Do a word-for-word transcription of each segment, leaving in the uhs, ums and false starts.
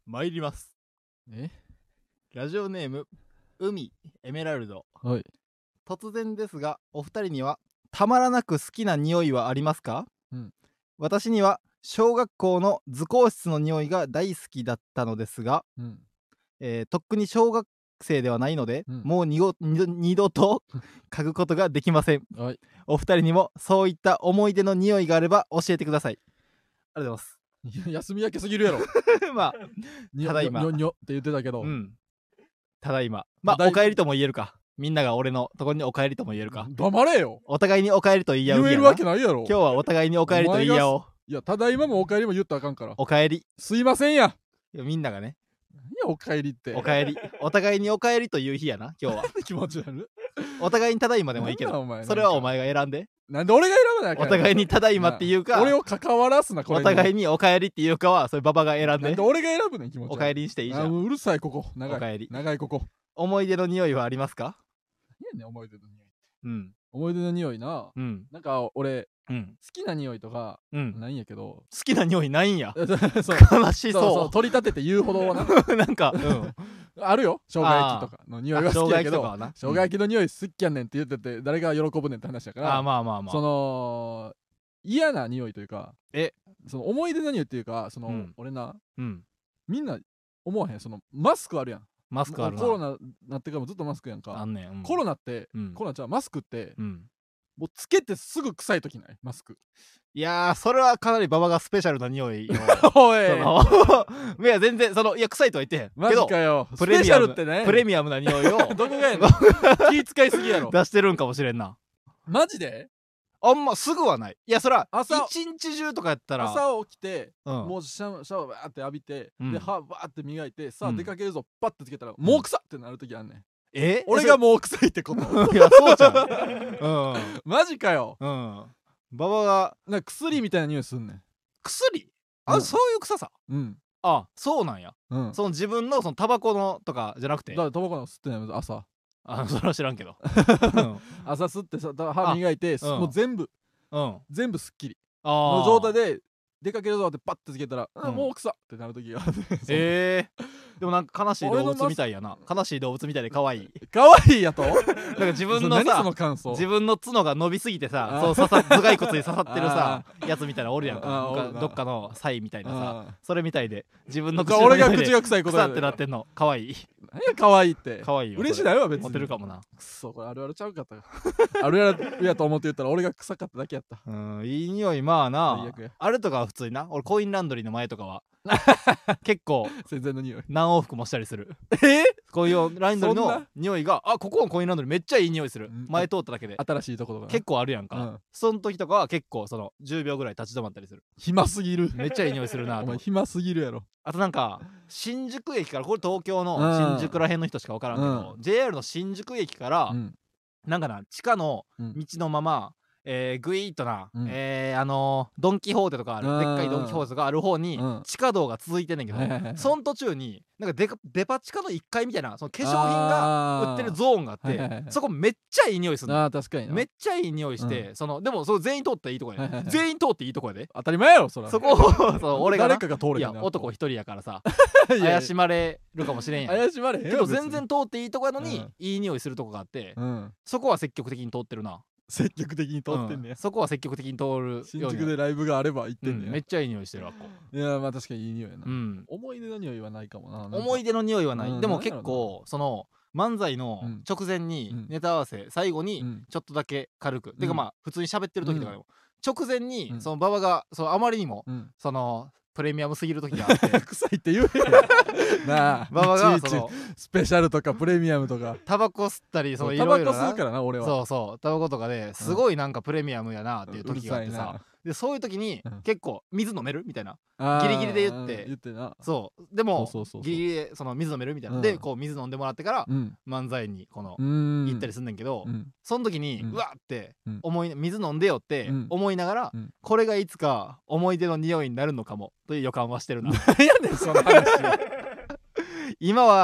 参ります。 えラジオネーム海エメラルド。 はい。 突然ですが、お二人にはたまらなく好きな匂いはありますか？ うん。 私には小学校の図工室の匂いが大好きだったのですが、 うんえーとっくに小学生ではないので、 うんもう二度二度二度と嗅ぐことができません。 はい。 お二人にもそういった思い出の匂いがあれば教えてください。ありがとうございます。 いや休み明けすぎるやろ。 まあにょただいまにょにょにょって言ってたけど、 うんただいままあただいお帰りとも言えるか。みんなが俺のところにお帰りとも言えるか。 黙れよ。 お互いにお帰りと言い合う日やな。 言えるわけないやろ。 今日はお互いにお帰りと言い合おう。 いやただいまもお帰りも言ったらあかんから。 お帰り。 すいませんや。 いやみんながね、 何やお帰りって。 お帰り。お互いにお帰りという日やな今日は。 気持ち悪い。 お互いにただいまでもいいけど、 なんだお前それはお前が選んで。 なんで俺が選ばないかんやお互いにただいまっていうか、 俺を関わらすなこれに。 お互いにお帰りっていうかはそれババが選んでなんで。俺が選ぶねん気持ち悪い。 お帰りにしていいじゃん。 あもううるさいここ長い。 お帰り。 長いここ。 思い出の匂いはありますか？ 何やねん思い出の匂い。 うん思い出の匂いな。 うんなんか俺うん好きな匂いとかうんないんやけど。 好きな匂いないんや。 そう悲しそうそそう取り立てて言うほどはなう。なんか、うんあるよ生姜焼きとかの匂いが好きやけど、 あ生姜焼きの匂い好きやねんって言ってて誰が喜ぶねんって話やから。 あまあまあまあ。 その嫌な匂いというか、 えその思い出の匂いっていうか、その、 うん、 俺な、 うん、 みんな思わへん、そのマスクあるやん。 マスクあるな。 コロナなってからもずっとマスクやんか。 あんねん、うん、 コロナって、 うん、 コロナちゃうマスクって、 うん、 もうつけてすぐ臭い時ないマスク。 いやーそれはかなりババがスペシャルな匂いよ。 おいいや全然そのいや臭いとは言ってへんマジかよ。 プレミアムスペシャルってね、 プレミアムな匂いをどこがやねん気使いすぎやろ。 出してるんかもしれんな。 マジであんますぐはない。いやそら朝一日中とかやったら朝起きて、 うん、 もうシャワーシャワーバーって浴びて、 うん、 で歯バーって磨いてさあ、 うん、 出かけるぞパッてつけたら、もう臭ってなる時あんねん。 え俺がもう臭いってこといやそうじゃん。うんマジかよ。 うんババがなんか薬みたいな匂いすんねん。 薬あ、 うん、 そういう臭さ。 うんあそうなんや、 うん、 その自分のそのタバコのとかじゃなくて、 だからタバコの吸ってないの朝。 あそれは知らんけど、うん、 朝吸ってさ歯磨いて、うん、もう全部、 うん、 全部すっきりのの状態で出かけるぞってパッてつけたら、 うん、 もう臭ってなる時がある。 ええー、でもなんか悲しい動物みたいやな。悲しい動物みたいで可愛い。 可愛いやとなんか自分のさ、 何その感想。 自分の角が伸びすぎてさ、そう刺さ頭蓋骨に刺さってるさやつみたいなおるやんか。どっかのサイみたいなさ、それみたいで自分の口俺が口が臭いこと臭ってなってんの可愛い。 何や可愛いって。 可愛いよ。 嬉しないわ別に。 モテるかもな。 くそこれあるあるちゃうかった。あるあるやと思って言ったら俺が臭かっただけやった。 うんいい匂いまあな。あれとかは普通にな。俺コインランドリーの前とかは結構全然の匂い何往復もしたりする。 えこういうランドリーの匂いが、あここのコインランドリーめっちゃいい匂いする、うん、前通っただけで新しいところが結構あるやんか、うん、その時とかは結構そのじゅうびょうぐらい立ち止まったりする。 暇すぎる。 めっちゃいい匂いするな。 お前暇すぎるやろ。 あとなんか新宿駅から、これ東京の新宿らへんの人しか分からんけど、うん、ジェイアール の新宿駅から、うん、なんかな地下の道のまま、えー、グイーッとな、うん、えー、あのー、ドン・キホーテとかあるでっかいドン・キホーテがある方に、うん、地下道が続いてんねんけど、はいはいはい、その途中になんかデデパ地下のいっかいみたいなその化粧品が売ってるゾーンがあって、はいはいはい、そこめっちゃいい匂いするの。 あ確かにめっちゃいい匂いして、うん、そのでもその全員通っていいとこやで、はいはいはい、全員通っていいとこやで。 当たり前やろそら。 そこをそう俺が誰かが通れへん。 いや男一人やからさ怪しまれるかもしれんやん。 怪しまれへんけど全然通っていいとこやのに、うん、いい匂いするとこがあって、 うん、 そこは積極的に通ってるな。 積極的に通ってんねや、 うん、そこは積極的に通る。 新宿でライブがあれば行ってんねや、うん、 めっちゃいい匂いしてるわこ。 いやまあ確かにいい匂いやな、 うん、 思い出の匂いはないかも な, な思い出の匂いはない、うん、でも結構その漫才の直前にネタ合わせ、うん、最後にちょっとだけ軽く、うん、てかまあ普通に喋ってる時とかでも、うん、直前にその馬場がそのあまりにもそのプレミアムすぎる時があって臭いって言えよなあ馬場がそのスペシャルとかプレミアムとかタバコ吸ったりそうタバコ吸うからな俺は。 そうそうタバコとかですごいなんかプレミアムやなっていう時があってさ、うんでそういう時に、うん、結構水飲めるみたいなギリギリで言って言ってな。 そうでもそうそうそうそうギリギリでその水飲めるみたいな、うん、でこう水飲んでもらってから、うん、漫才にこの行ったりすんねんけど、うん、その時に、うん、うわって思い水飲んでよって思いながら、うん、これがいつか思い出の匂いになるのかもという予感はしてるな。 何やねんその話今は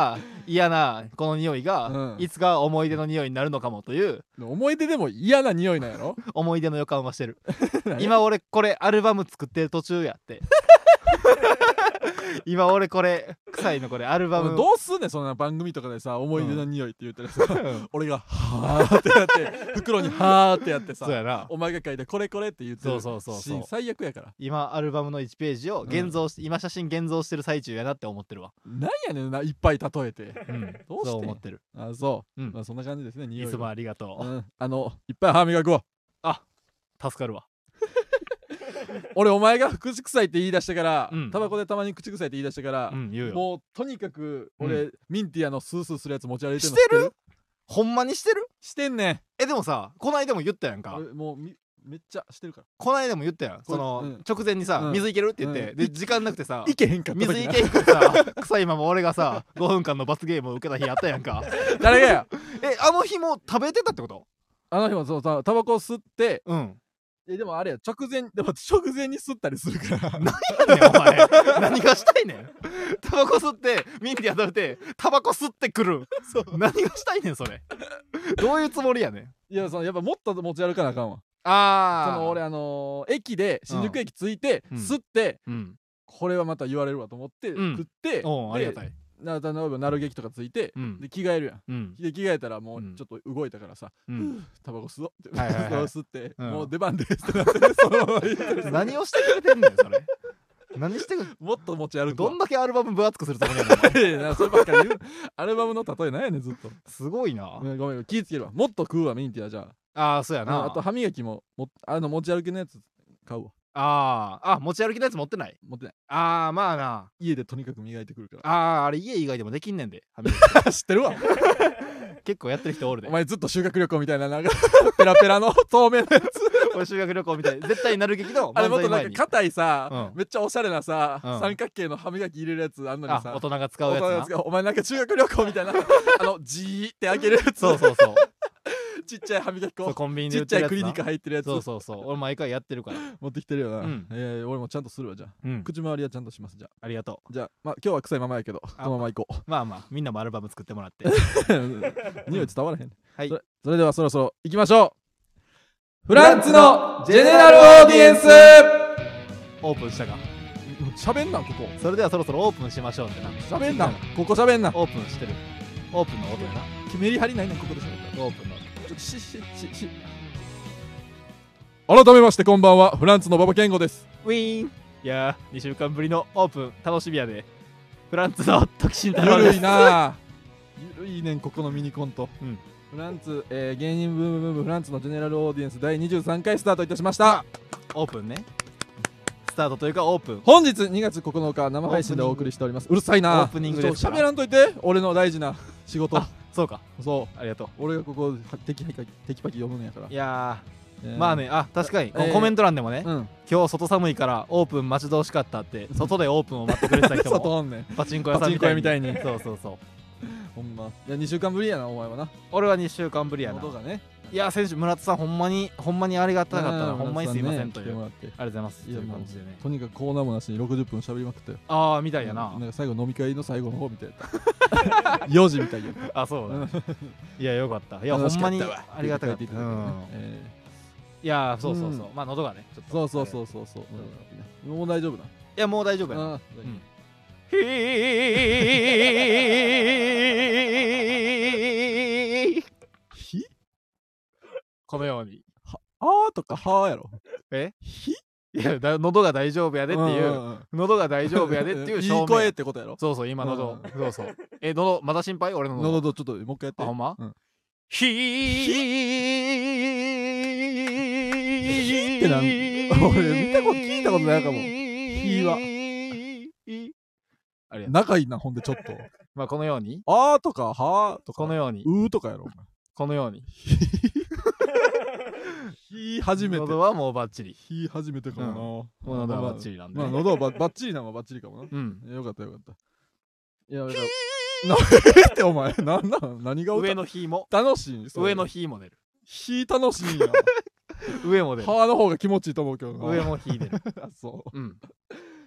嫌なこの匂いが、 うんいつか思い出の匂いになるのかもという思い出でも嫌な匂いなんやろ思い出の予感はしてる今俺これアルバム作ってる途中やって今俺これ臭いのこれアルバムどうすんねんそんな番組とかでさ思い出の匂いって言ったらさ、 うん、 俺がはーってやって袋にはーってやってさそうやなお前が書いてこれこれって言ってるそうそうそうそう最悪やから今アルバムのいちページを現像し、うん、今写真現像してる最中やなって思ってるわなんやねんないっぱい例えて、 うん、どうしてそう思ってるあそう、 うんまあ、そんな感じですね匂いいつもありがとう、うん、 あのいっぱい歯磨くわあ助かるわ俺お前が口臭いって言い出してからうんタバコでたまに口臭いって言い出してから、 うん、言うよもうとにかく俺、うん、ミンティアのスースーするやつ持ち歩いてるのしてるほんまにしてるしてんねんえでもさこないだも言ったやんかもうめっちゃしてるからこないだも言ったやんその、うん、直前にさ、うん、水いけるって言って、うん、で時間なくてさいけへんかった水いけへんかってさ臭いまま俺がさごふんかんの罰ゲームを受けた日あったやんか誰がやえあの日も食べてたってことあの日もそうさタバコ吸ってうんえでもあれや直前でも直前に吸ったりするから何やねんお前何がしたいねんタバコ吸ってミンティア食べてタバコ吸ってくるそう何がしたいねんそれどういうつもりやねんいやそのやっぱもっと持ち歩かなあかんわあその俺あのー、駅で新宿駅着いて、うん、吸って、うん、これはまた言われるわと思って、うん、食っておありがたいなたのなる劇とかついて、うん、で着替えるやん、うん、で着替えたらもうちょっと動いたからさ、うん、タバコ吸おうって、はいはいはい、吸って、うん、もう出番ですってなってそのまま行って何をしてくれてんねんそれ何してくもっと持ち歩くどんだけアルバム分厚くするつもりやねんなそればっかり言うアルバムの例えなんやねんずっとすごいな、 ね、ごめん気ぃつけるわもっと食うわミンティアじゃあああそうやなあと歯磨きももあの持ち歩きのやつ買うわあーあ持ち歩きのやつ持ってない持ってないああまあな家でとにかく磨いてくるからあああれ家以外でもできんねんで知ってるわ結構やってる人おるでお前ずっと修学旅行みたいななんかペラペラの透明のやつ俺修学旅行みたい絶対なる劇のあれもっとなんか硬いさ、うん、めっちゃおしゃれなさ、うん、三角形の歯磨き入れるやつあんのにさ大人が使うやつなお前なんか修学旅行みたいなあのジーって開けるやつそうそうそうちっちゃい歯磨き粉コンビニで売ってるやつちっちゃいクリニカ入ってるやつそうそうそう俺毎回やってるから持ってきてるよな、うん、えー、俺もちゃんとするわじゃあ、うん、口周りはちゃんとしますじゃあありがとうじゃあまあ今日は臭いままやけどこのまま行こうまあまあみんなもアルバム作ってもらって匂い伝わらへん、 はいそれ、それではそろそろ行きましょうフランツのジェネラルオーディエンスオープンしたか喋んなここそれではそろそろオープンしましょうってな喋んなここ喋んなオープンしてるオープンの音やな決めり張りないねんここで喋ったオープンのちょっとしししし改めましてこんばんはフランツの馬場健吾ですウィーンいやーにしゅうかんぶりのオープン楽しみやでフランツの時慎太郎ですゆるいなゆるいねんここのミニコント、うん、フランツ、えー、芸人ブームブームフランツのジェネラルオーディエンスだいにじゅうさんかいスタートいたしましたオープンねスタートというかオープン本日にがつここのか生配信でお送りしておりますうるさいなオープニングですから喋らんといて俺の大事な仕事そうかそうありがとう俺がここテキパキテキパキ読むんやからいやー、えー、まあねあ確かに、えー、コメント欄でもね、うん、今日外寒いからオープン待ち遠しかったって外でオープンを待ってくれてた人も外おんねんパチンコ屋さんみたいにみたいにそうそうそうほんまいやにしゅうかんぶりやなお前はな俺はにしゅうかんぶりやな音がねいや選手村田さんほんまにほんまにありがたかったなほんまにすいませんというありがとうございますいやもうとにかくコーナーもなしにろくじゅっぷん喋りまくったよああみたいやななんか最後飲み会の最後の方みたいなよじみたいやあそうだいやよかったいやほんまにありがたかったいやそうそうそうまあ喉がねちょっとそうそうそうそうもう大丈夫ないやもう大丈夫やなひひこのようにあーとかはーやろえひいやだ喉が大丈夫やでっていう喉が大丈夫やでっていう証明いい声ってことやろそうそう今喉そうそうえ喉まだ心配俺の喉喉ちょっともう一回やってあほんまひーってなん俺見たこと聞いたことないかもひは仲いいなほんでちょっとまあこのようにあーとかはーとかこのようにうーとかやろこのようにひ初めて喉はもうバッチリひ初めてかもな、うん、 もう喉はバッチリなんでまあ喉はバッチリなのはバッチリかもなうんよかったよかったいやいやなってお前なんなん何が上のひも楽しい上のひも出るひ楽しいんや上も出る歯の方が気持ちいいと思うけどな上もひ出るあそううん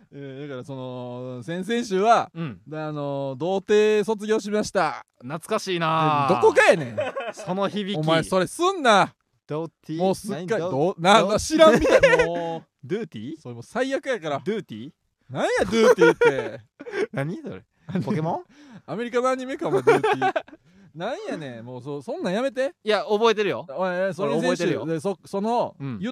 えー、だからその先々週は、うん、あの童貞卒業しました。 懐かしいな。 どこかやねんその響き。 お前それすんな。 ドティもうすっかりどなな知らんみたい。もうドゥーティーそれもう最悪やから。 ドゥーティーなんやドゥーティーって何それポケモンアメリカのアニメかもドゥーティーなんやねんもう そ, そんなんやめて。 いや覚えてるよ。 おいそれ覚えてるよ。で そ, その、うん、言った、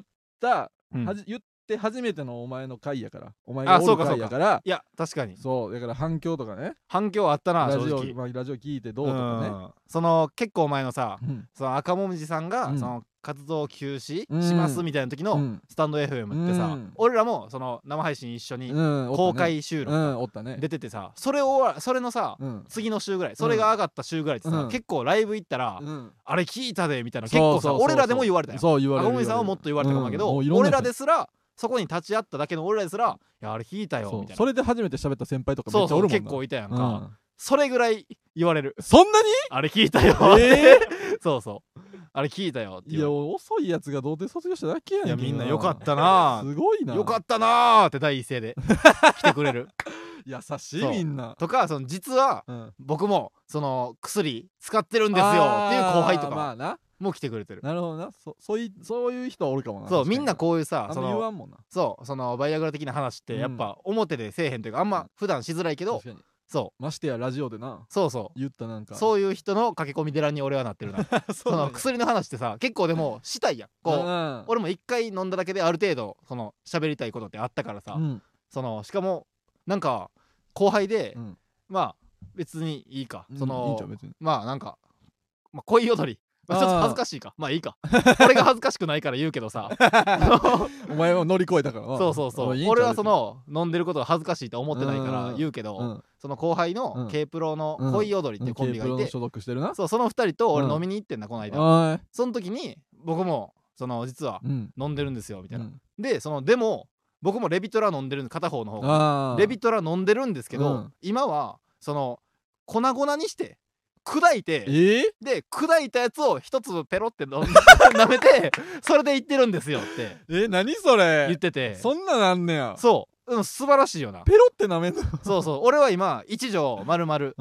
うん、はじ言って初めてのお前の回やから。お前がおる回やから。 いや確かにそうだから反響とかね。 反響あったなラジオ、 正直、 まあ、ラジオ聞いてどうとかね。 その結構前のさ、うん、その赤もみじさんが、うん、その活動休止しますみたいな時のスタンド エフエム ってさ、うん、俺らもその生配信一緒に公開収録出ててさ、それをそれのさ、うん、次の週ぐらいそれが上がった週ぐらいってさ、うん、結構ライブ行ったら、うん、あれ聞いたでみたいな結構さ俺らでも言われたよ。 そう言われる。 赤もみじさんはもっと言われたかもだけど、俺らですらそこに立ち会っただけの俺らですらいやあれ聞いたよみたいな。 それで初めて喋った先輩とかめっちゃおるもんな。 そうそう結構いたやんか、うん、それぐらい言われる。 そんなにあれ聞いたよって、えー、そうそうあれ聞いたよっていや遅いやつが童貞卒業しただけやねん。 いやみんなよかったなすごいな。 よかったなって第一声で来てくれる優しいみんなとか、その実は、うん、僕もその薬使ってるんですよっていう後輩とか、まあなもう来てくれてる。 なるほどな。 そ, そういうそういう人はおるかもな。 そうみんなこういうさ、 その言わんもんな。 そうそのバイアグラ的な話ってやっぱ表でせえへんというか、あんま普段しづらいけど、確かにそうましてやラジオでな。 そうそう言ったなんかそういう人の駆け込み寺に俺はなってるなその薬の話ってさ結構でもしたいやんこう、うん、俺も一回飲んだだけである程度その喋りたいことってあったからさ、うん、そのしかもなんか後輩で、うん、まあ別にいいか、その、うん、いいんちゃう別に。まあなんか、まあ、恋踊りまあ、ちょっと恥ずかしいかまあいいか俺が恥ずかしくないから言うけどさお前を乗り越えたからな。 そうそうそう俺はその飲んでることが恥ずかしいと思ってないから言うけど、うん、その後輩の K プロの恋踊りっていうコンビがいて、うんうん、 所属してるな。 そうそのふたりと俺飲みに行ってんだこの間、うん、その時に僕もその実は飲んでるんですよみたいな、うん、でそのでも僕もレビトラ飲んでるんで片方の方がレビトラ飲んでるんですけど、うん、今はその粉々にして砕いて、えー、で砕いたやつを一粒ペロって舐めてそれで言ってるんですよってえ何それ言ってて、 そんななんねや。 そうでも素晴らしいよな。 ペロって舐めんのそうそう俺は今一錠丸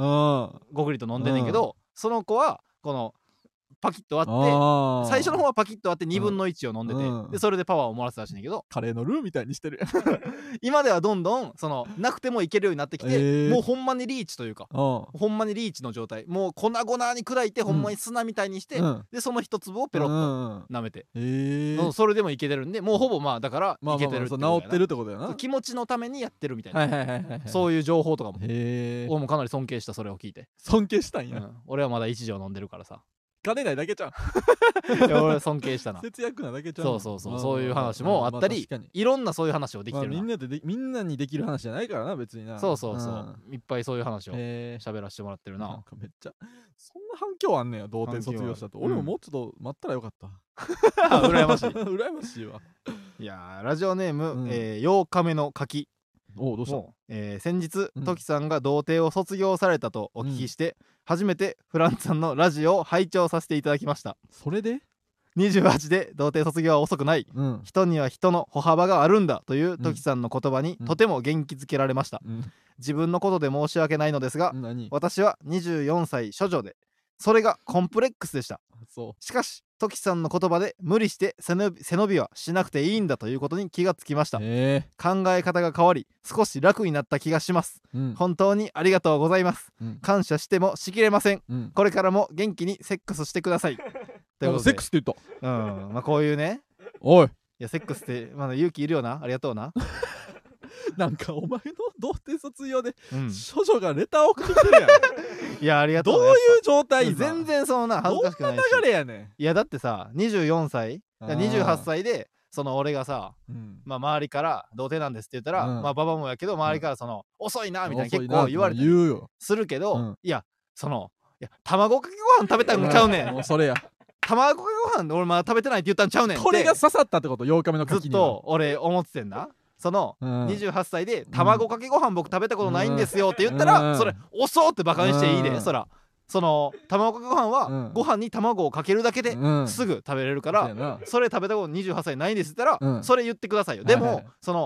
々ごくりと飲んでんねんけど、その子はこのパキッと割って最初の方はパキッと割ってにぶんのいちを飲んでて、うん、でそれでパワーをもらってたらしいんだけどカレーのルーみたいにしてる今ではどんどんそのなくてもいけるようになってきて、えー、もうほんまにリーチというかほんまにリーチの状態、もう粉々に砕いてほんまに砂みたいにして、うん、でその一粒をペロッと舐めて、うんえー、それでもいけてるんでもうほぼまあだからいけてるってことやな、 まあまあまあ治ってるってことやな。 気持ちのためにやってるみたいな、はいはいはいはい、そういう情報とかも俺もかなり尊敬した。それを聞いて尊敬したんや、 うん、俺はまだ一錠飲んでるからさ金ないだけじゃんいや俺尊敬したな節約なだけじゃん。 そうそうそうそういう話もあったり、まあまあ、いろんなそういう話をできてるな、 まあ、みんなででみんなにできる話じゃないからな別にな。 そうそうそう、うん、いっぱいそういう話を喋らせてもらってるな。 なんかめっちゃそんな反響あんねや童貞卒業したと。俺ももうちょっと待ったらよかった羨ましい羨ましいわ。 いやラジオネーム、うんえー、ようかめの柿。 おどうした。 えー、先日、うん、トキさんが童貞を卒業されたとお聞きして、うん、初めてフランツさんのラジオを拝聴させていただきました。 それでにじゅうはちで童貞卒業は遅くない、うん、人には人の歩幅があるんだというトキさんの言葉に、うん、とても元気づけられました、うん、自分のことで申し訳ないのですが、私はにじゅうよんさい処女でそれがコンプレックスでした。そうしかしトキさんの言葉で無理して背伸び、背伸びはしなくていいんだということに気がつきました。えー、考え方が変わり少し楽になった気がします、うん、本当にありがとうございます、うん、感謝してもしきれません、うん、これからも元気にセックスしてくださいということでセックスって言った、 うんまあ、こういうねおいいやセックスってまだ勇気いるよな。ありがとうななんかお前の童貞卒業で、うん、処女がレター送ってくるやんいやありがとう。 どういう状態？ 全然そんな恥ずかしくないし。 どんな流れやねん。いやだってさにじゅうよんさいにじゅうはっさいでその俺がさ、うん、まあ周りから童貞なんですって言ったら、うん、まあババもやけど周りからその、うん、遅いなみたいな結構言われたりするけど、うん、いやそのいや卵かけご飯食べたんちゃうねん、 もうそれや卵かけご飯俺まだ食べてないって言ったんちゃうねんってこれが刺さったってこと。ようかめの柿にはずっと俺思っててんだ。その、うん、にじゅうはっさいで卵かけご飯僕食べたことないんですよって言ったら、うん、それ遅ってバカにしていいで、うん、そらその卵かけご飯は、うん、ご飯に卵をかけるだけですぐ食べれるから、うん、それ食べたことにじゅうはっさいないんですって言ったら、うん、それ言ってくださいよ。でも、はいはい、その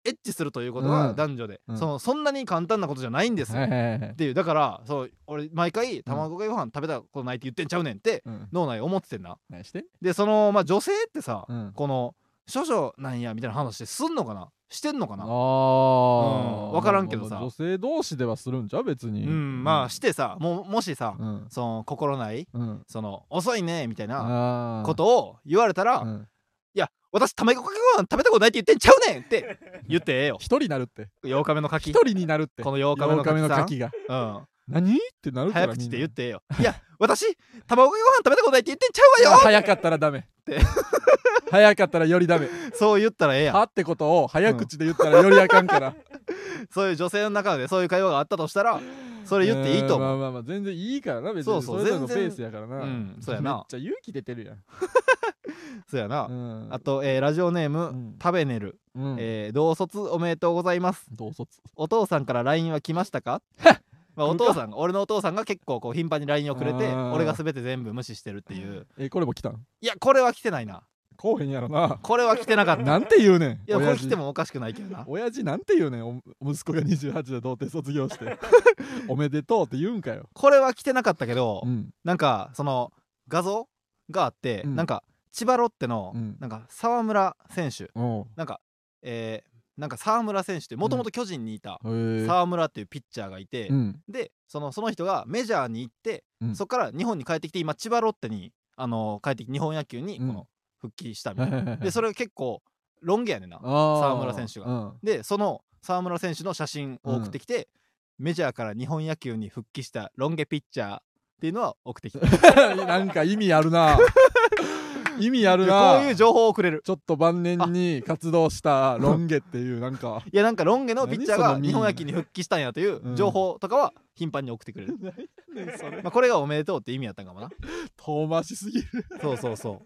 エッチするということは男女で、うん、そのそんなに簡単なことじゃないんですよ、はいはいはい、っていうだからそう俺毎回卵かけご飯食べたことないって言ってんちゃうねんって、うん、脳内思っててんな。 何してでその、まあ、女性ってさ、うん、この処女なんやみたいな話すんのかなしてんのかなあ、うん、分からんけどさ、まあまあ、 女性同士ではするんじゃ別に、 うん、まあしてさ も, もしさ、うん、その心ない、うん、その遅いねみたいなことを言われたら、うん、いや私卵かけご飯食べたことないって言ってんちゃうねんって言ってええよ。 一人になるってようかめの柿一人になるってこのようかめの柿が、うん、何ってなるから早口で言ってええよ。いや私卵かけご飯食べたことないって言ってんちゃうわよ早かったらダメって早かったらよりダメそう言ったらええやんはってことを早口で言ったらよりあかんから、うん、 そういう女性の中でそういう会話があったとしたらそれ言っていいと思う、 えー、まあまあまあ全然いいからな別にそうそうそれぞれのペースやからな、 うん、そうやなめっちゃ勇気出てるやんそうやな、うん、あと、えー、ラジオネーム、うん、タベネル、うん、えー、同卒おめでとうございます。 同卒お父さんから ライン は来ましたかまあ、お父さん俺のお父さんが結構こう頻繁に ライン をくれて俺が全て全部無視してるっていう。 えこれも来たん？ いやこれは来てないな。 こうへんやろな。 これは来てなかった。 なんて言うねん。 いやこれ来てもおかしくないけどな。 親父なんて言うねん。息子がにじゅうはちで童貞卒業しておめでとうって言うんかよ。 これは来てなかったけど、うん、なんかその画像があって、うん、なんか千葉ロッテの、うん、なんか沢村選手、うん、なんかえーなんか沢村選手ってもともと巨人にいた沢村っていうピッチャーがいて、うん、でそのその人がメジャーに行って、うん、そこから日本に帰ってきて今千葉ロッテにあの帰ってきて日本野球にこの復帰したみたいな、うん、でそれが結構ロン毛やねんな沢村選手が、うん、でその沢村選手の写真を送ってきて、うん、メジャーから日本野球に復帰したロン毛ピッチャーっていうのは送ってきたなんか意味あるな意味あるな。 こういう情報をくれる。 ちょっと晩年に活動したロン毛っていうなんかいやなんかロン毛のピッチャーが日本野球に復帰したんやという情報とかは頻繁に送ってくれる、うん、まあこれがおめでとうって意味やったんかもな。 遠回しすぎるそうそうそう。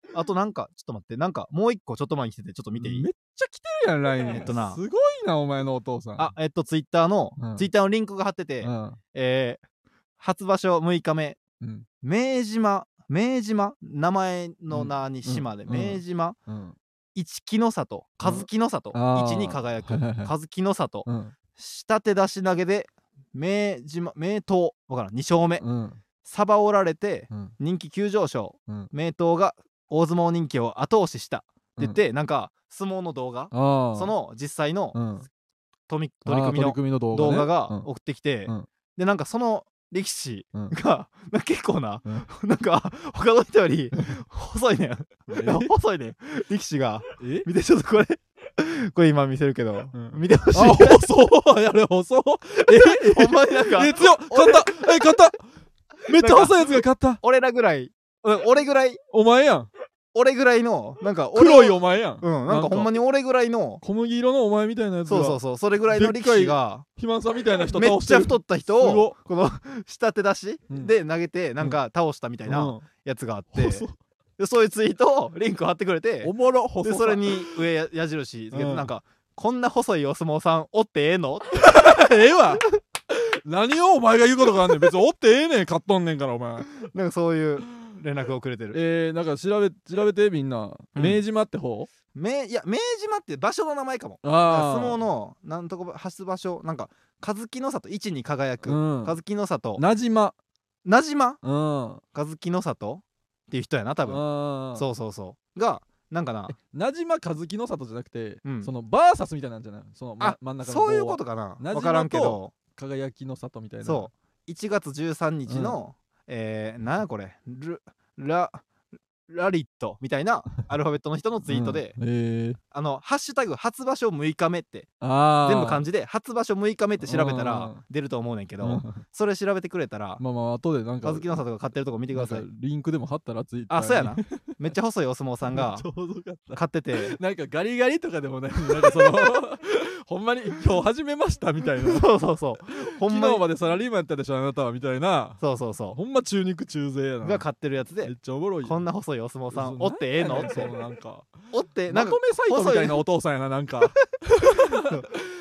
あとなんかちょっと待ってなんかもう一個ちょっと前に来ててちょっと見ていい？ めっちゃ来てるやん ライン。 えっとなすごいなお前のお父さん。 あえっとツイッターの、うん、ツイッターのリンクが貼ってて、うん、えー、初場所むいかめ、うん、明島明島名前の名に島で、うん、明島、うん、一木の里和木の里、うん、一に輝く和木の里、うん、下手出し投げで明島明東わからんに勝目、うん、サバおられて、うん、人気急上昇、うん、明東が大相撲人気を後押ししたって言って、うん、なんか相撲の動画その実際の、うん、取り組みの動画が送ってきて、うん、でなんかその力士が、うん、結構な、うん、なんか他の人より細いねん細いねん力士が。見てちょっとこれこれ今見せるけど、うん、見てほしい。 あ細いあれ細えほんまになんかえ強っ勝ったえ勝っためっちゃ細いやつが勝った。 俺らぐらい、うん、俺ぐらいお前やん。 俺ぐらいのなんか黒いお前やん。 うんなんかほんまに俺ぐらいの小麦色のお前みたいなやつがそうそうそうそれぐらいの力士が肥満さんみたいな人めっちゃ太った人をこの下手出しで投げてなんか倒したみたいなやつがあって、でそういうツイートをリンク貼ってくれて、 おもろ細さでそれに上矢印つけてなんかこんな細いお相撲さんおってええのええわ何をお前が言うことがあんねん。別におってええねん買っとんねんからお前。 なんかそういう連絡をくれてる。 えー、なんか調べ調べてみんな、うん、明島って方？ 明いや明島って場所の名前かも。あ相撲のなんとか初場所なんか和木の里一に輝く、うん、和木の里名島名島、 うん、 和木の里っていう人やな多分。そうそうそうがなんかな名島和木の里じゃなくて、うん、そのバーサスみたいなんじゃないその、ま、真ん中の棒は。 そういうことかな分からんけど輝きの里みたいな。 そういちがつじゅうさんにちの、うんえー、なんやこれルララリットみたいなアルファベットの人のツイートで、うんえー、あのハッシュタグ初場所むいかめって全部漢字で初場所むいかめって調べたら出ると思うねんけど、うん、それ調べてくれたらまあまあ後でなんか和樹の里が買ってるとこ見てください。 リンクでも貼ったらツイッターに。 あそうやなめっちゃ細いお相撲さんが買っててなんかガリガリとかでもないなんかそのほんまに今日始めましたみたいなそうそうそうほんま昨日までサラリーマンやったでしょあなたはみたいな。 そうそうそうほんま中肉中背やなが買ってるやつでめっちゃおもろい。 こんな細いお相撲さんおってええのってそのなんかおってなんかまとめサイトみたいなお父さんやななんか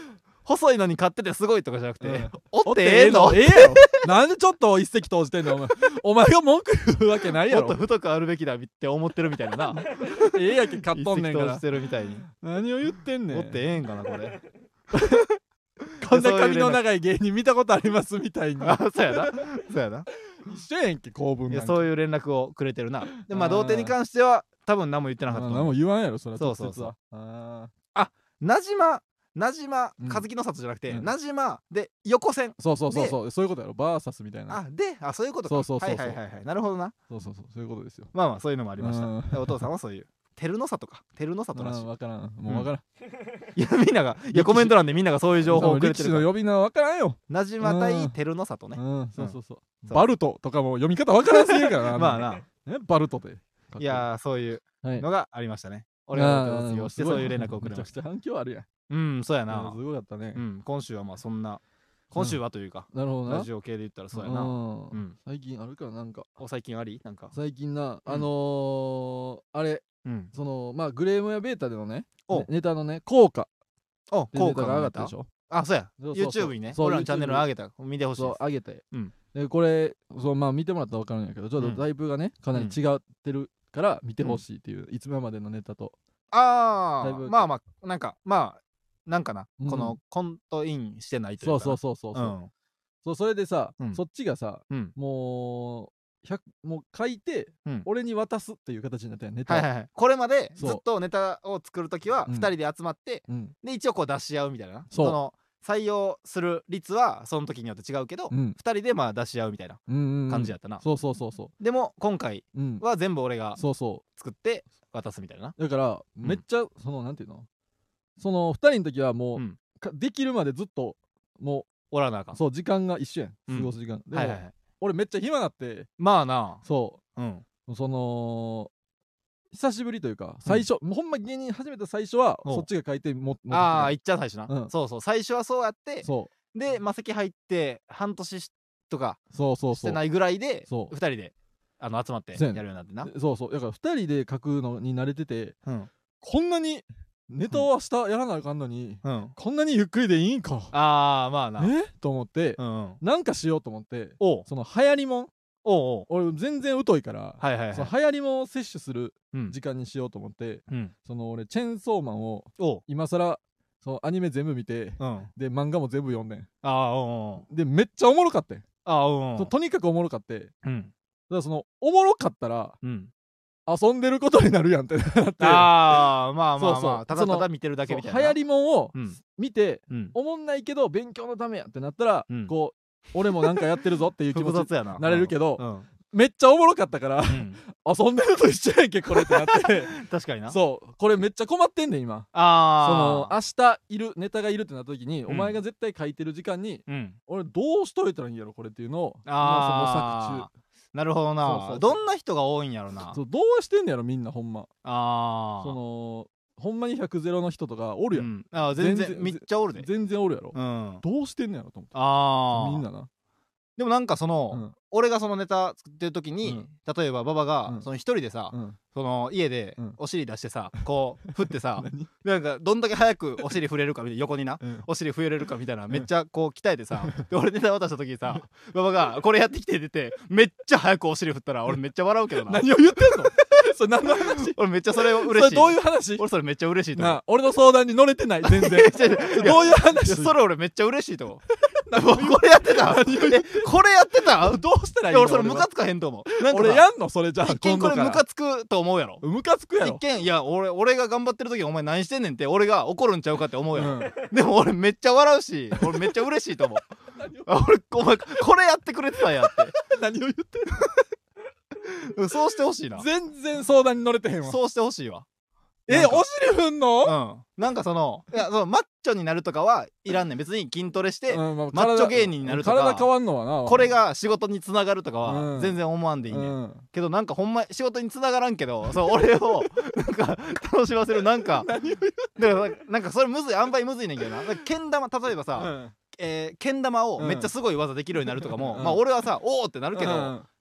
細いのに勝っててすごいとかじゃなくて、うん、 おってええのええやろなんでちょっと一石投じてんのお前お前が文句言うわけないやろ。 もっと太くあるべきだって思ってるみたいななええやけ買っとんねんから。 一石投じてるみたいに。 何を言ってんねん。 おってええんかなこれこんな髪の長い芸人見たことありますみたいに。 あ、そうやなそうやな一緒やんけ構文なんか。 いやそういう連絡をくれてるな。でまあ童貞に関しては多分何も言ってなかった。 何も言わんやろそれは。 そうそうそう。ああなじまなじま和樹の里じゃなくて、うん、なじまで横線。 そうそうそうそうそういうことやろ。バーサスみたいな。 あであそういうことか。 そうそうそうそうはいはいはいはいなるほどな。 そうそうそうそういうことですよ。 まあまあそういうのもありました。お父さんはそういう照の里か照の里らしい。 分からんもう分からん、 うん、いやみんながいやコメント欄でみんながそういう情報をくれてるから。 力士の呼び名は分からんよ。 なじま対照の里ね。 うんそうそうそう。バルトとかも読み方分からんすぎるからなまあなねバルトで。 いやそういうのがありましたね。俺が卒業してそういう連絡をくれました。 めちゃくちゃ反響あるやん。 うんそうやな。 すごかったね。 うん今週はまあそんな今週はというか、 なるほどな。 ラジオ系で言ったらそうやな。うん最近あるからなんか。 お最近ありなんか。 最近なあのあれそのまあグレームやベータでのねネタのね効果。 お効果が上がったでしょ。 あそうや YouTube にね俺らのチャンネル上げた見てほしい。 そう上げて。でこれそうまあ見てもらったら分かるんやけどちょっとだいぶがねかなり違ってるから見てほしいっていういつもまでのネタと。 ああまあまあなんかまあなんかなこのコントインしてないというか。 そうそうそうそうそうそれでさそっちがさもうもう書いて俺に渡すっていう形になったよネタ。 これまでずっとネタを作る時はふたりで集まってで一応こう出し合うみたいな。その採用する率はその時によって違うけどふたりでまあ出し合うみたいな感じやったな。 そうそうそうそうでも今回は全部俺が作って渡すみたいな。 だからめっちゃそのなんていうのそのふたりの時はもうできるまでずっともうおらなあかん。 そう時間が一緒やん過ごす時間。でも俺めっちゃ暇なって。 まあなそうその久しぶりというか最初ほんま芸人始めた最初はそっちが書いてもああいっちゃん最初な。そうそう最初はそうやってでマセキ入って半年とかしてないぐらいでふたりであの集まってやるようになってな。 そうそうだからふたりで書くのに慣れててこんなにネタを明日やらなあかんのにこんなにゆっくりでいいんかああまあなえと思ってなんかしようと思ってその流行りもん俺全然疎いからその流行りもんを摂取する時間にしようと思ってその俺チェンソーマンを今更そのアニメ全部見てで漫画も全部読んでん。でめっちゃおもろかってん。とにかくおもろかってだからそのおもろかったら遊んでることになるやんってなって。 ああまあまあまあただただ見てるだけみたいな。 流行りもんを見ておもんないけど勉強のためやってなったらこう俺もなんかやってるぞっていう気持ちになれるけどめっちゃおもろかったから遊んでると一緒やんけこれってなって確かにな。 そうこれめっちゃ困ってんねん今。あその明日いるネタがいるってなった時にお前が絶対書いてる時間に俺どうしといたらいいんやろこれっていうのを模索中。 なるほどな。どんな人が多いんやろな。 そうどうしてんねやろみんなほんま。ああそのほんまにひゃくゼロの人とかおるやん。 あ全然めっちゃおるで。 全然おるやろ。どうしてんねやろと思って。ああみんなな。 でもなんかその俺がそのネタ作ってる時に例えば馬場がその一人でさその家でお尻出してさこう振ってさなんかどんだけ早くお尻触れるかみたいな横になお尻触れるかみたいなめっちゃこう鍛えてさ俺ネタ渡した時にさ馬場がこれやってきて出てめっちゃ早くお尻振ったら俺めっちゃ笑うけどな。 何を言ってんのそれ何の話。 俺めっちゃそれ嬉しい。 どういう話。 俺それめっちゃ嬉しいと思う。 俺の相談に乗れてない全然。どういう話。 それ俺めっちゃ嬉しいと思う。これやってたこれやってたどうしたらいいの。俺それムカつかへんと思う。 俺やんのそれじゃあ一見これムカつくと思うやろ。 ムカつくやろ。 一見いや俺俺が頑張ってる時お前何してんねんって俺が怒るんちゃうかって思うやろ。でも俺めっちゃ笑うし俺めっちゃ嬉しいと思う。俺お前これやってくれてたんやって。 何を言ってんの。 そうしてほしいな。 全然相談に乗れてへんわ。 そうしてほしいわ。 えお尻ふんの。 うんなんかそのいやそのマッチョになるとかはいらんねん。別に筋トレしてマッチョ芸人になるとか体変わんのはなこれが仕事につながるとかは全然思わんでいいねんけどなんかほんま仕事につながらんけどそう俺をなんか楽しませるなんかだからなんかそれむずい塩梅むずいねんけどな。けん玉例えばさえー、けん玉をめっちゃすごい技できるようになるとかも、うん、まあ俺はさおおってなるけど、うん、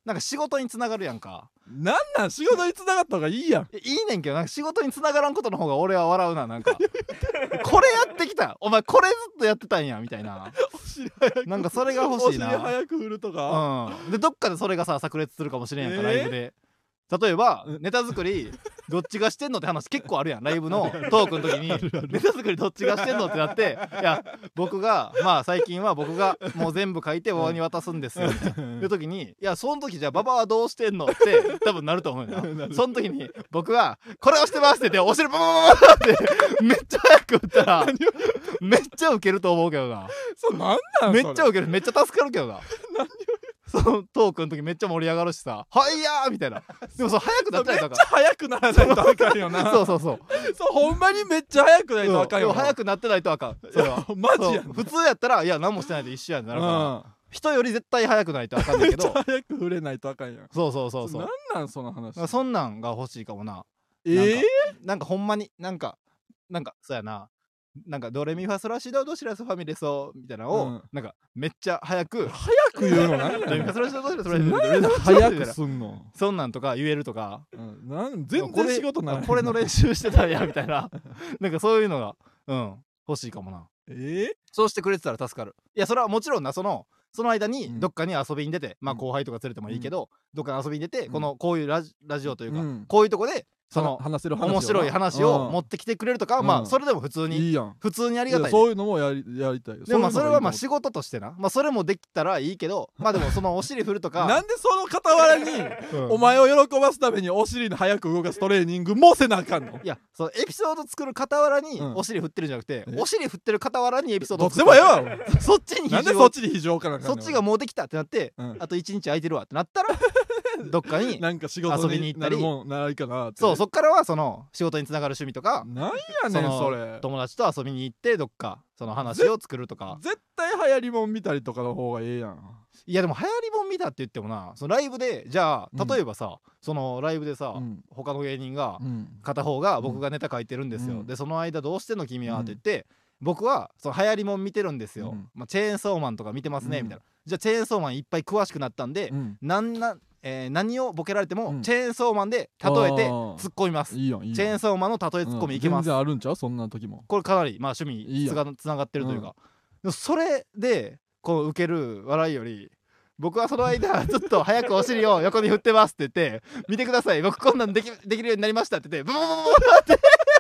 なんか仕事につながるやんか。 なんなん仕事につながった方がいいやん。 いいねんけどなんか仕事につながらんことの方が俺は笑うな。なんかこれやってきたお前これずっとやってたんやみたいな。なんかそれが欲しいな。 お尻早く振るとか、 うん、でどっかでそれがさ炸裂するかもしれんやんか、えー、ライブで。例えばネタ作りどっちがしてんのって話結構あるやん。ライブのトークの時にネタ作りどっちがしてんのってなって、いや僕がまあ最近は僕がもう全部書いて馬場に渡すんですよみたいな時に、いやその時じゃあ馬場はどうしてんのって多分なると思うよな。その時に僕はこれをしてますって言ってお尻ババババってめっちゃ早く打ったらめっちゃウケると思うけどな。 そうなんなんめっちゃウケる。めっちゃ助かるけどな。そのトークの時めっちゃ盛り上がるしさ、はいやーみたいな。でもそう早くなったりとかめっちゃ早くならないとあかんよな。 そうそうそうそうほんまにめっちゃ早くないとあかんよな。 早くなってないとあかん。それはマジやん。 普通やったらいや何もしてないと一緒やんなるから、人より絶対早くないとあかんねんけど早く触れないとあかんやん。 そうそうそうそう。 なんなんその話。 そんなんが欲しいかもな。 ええなんかほんまになんかなんかそうやな。なんかドレミファソラシドドシラスファミレソみたいなのを、うん、なんかめっちゃ早く早く言うの何やねん。 ドレミファソラシドドシラスファミレソ早くすんの。 そんなんとか言えるとか、 うん、なん全然仕事ない。 これの練習してたんやみたいななんかそういうのがうん欲しいかもな。 えー、 そうしてくれてたら助かる。いやそれはもちろんなそのその間にどっかに遊びに出て、うん、まあ後輩とか連れてもいいけど、うん、どっかに遊びに出て、うん、このこういうラ ジ, ラジオというか、うん、こういうとこでその話せる話面白い話を持ってきてくれるとか、うん、まあそれでも普通にいいやん。普通にありがたい。 そういうのもやりやりたいよ。 でもまあそれはまあ仕事としてな、まあそれもできたらいいけど、まあでもそのお尻振るとかなんでその傍らに、うん、お前を喜ばすためにお尻の早く動かすトレーニングもせなあかんの。 いやそのエピソード作る傍らにお尻振ってるんじゃなくて、うん、お尻振ってる傍らにエピソード作る。どっちでもええわそっちになんでそっちに非常かな。 そっちがもうできたってなって、うん、あといちにち空いてるわってなったらどっかになんか仕事になるもんないかなって。 そうそっからはその仕事につながる趣味とか、 なんやねんそれ。 友達と遊びに行ってどっかその話を作るとか。 絶対流行りもん見たりとかの方がええやん。 いやでも流行りもん見たって言ってもな、そのライブでじゃあ例えばさ、うん、そのライブでさ、うん、他の芸人が、うん、片方が僕がネタ書いてるんですよ、うん、でその間どうしてんの君はって言って、うん、僕はその流行りもん見てるんですよ、うん、まあ、チェーンソーマンとか見てますね、みたいな。じゃあチェーンソーマンいっぱい詳しくなったんで、なんなえー、何をボケられても、うん、チェーンソーマンで例えて突っ込みます。 いいよいいよ。 チェーンソーマンの例え突っ込みいけます、 うん、全然あるんちゃうそんな時も。 これかなりまあ趣味につながってるというか、うん、それでこう受ける笑いより僕はその間ずっと早くお尻を横に振ってますって言って見てください僕こんなんできできるようになりましたって言ってブブブブブって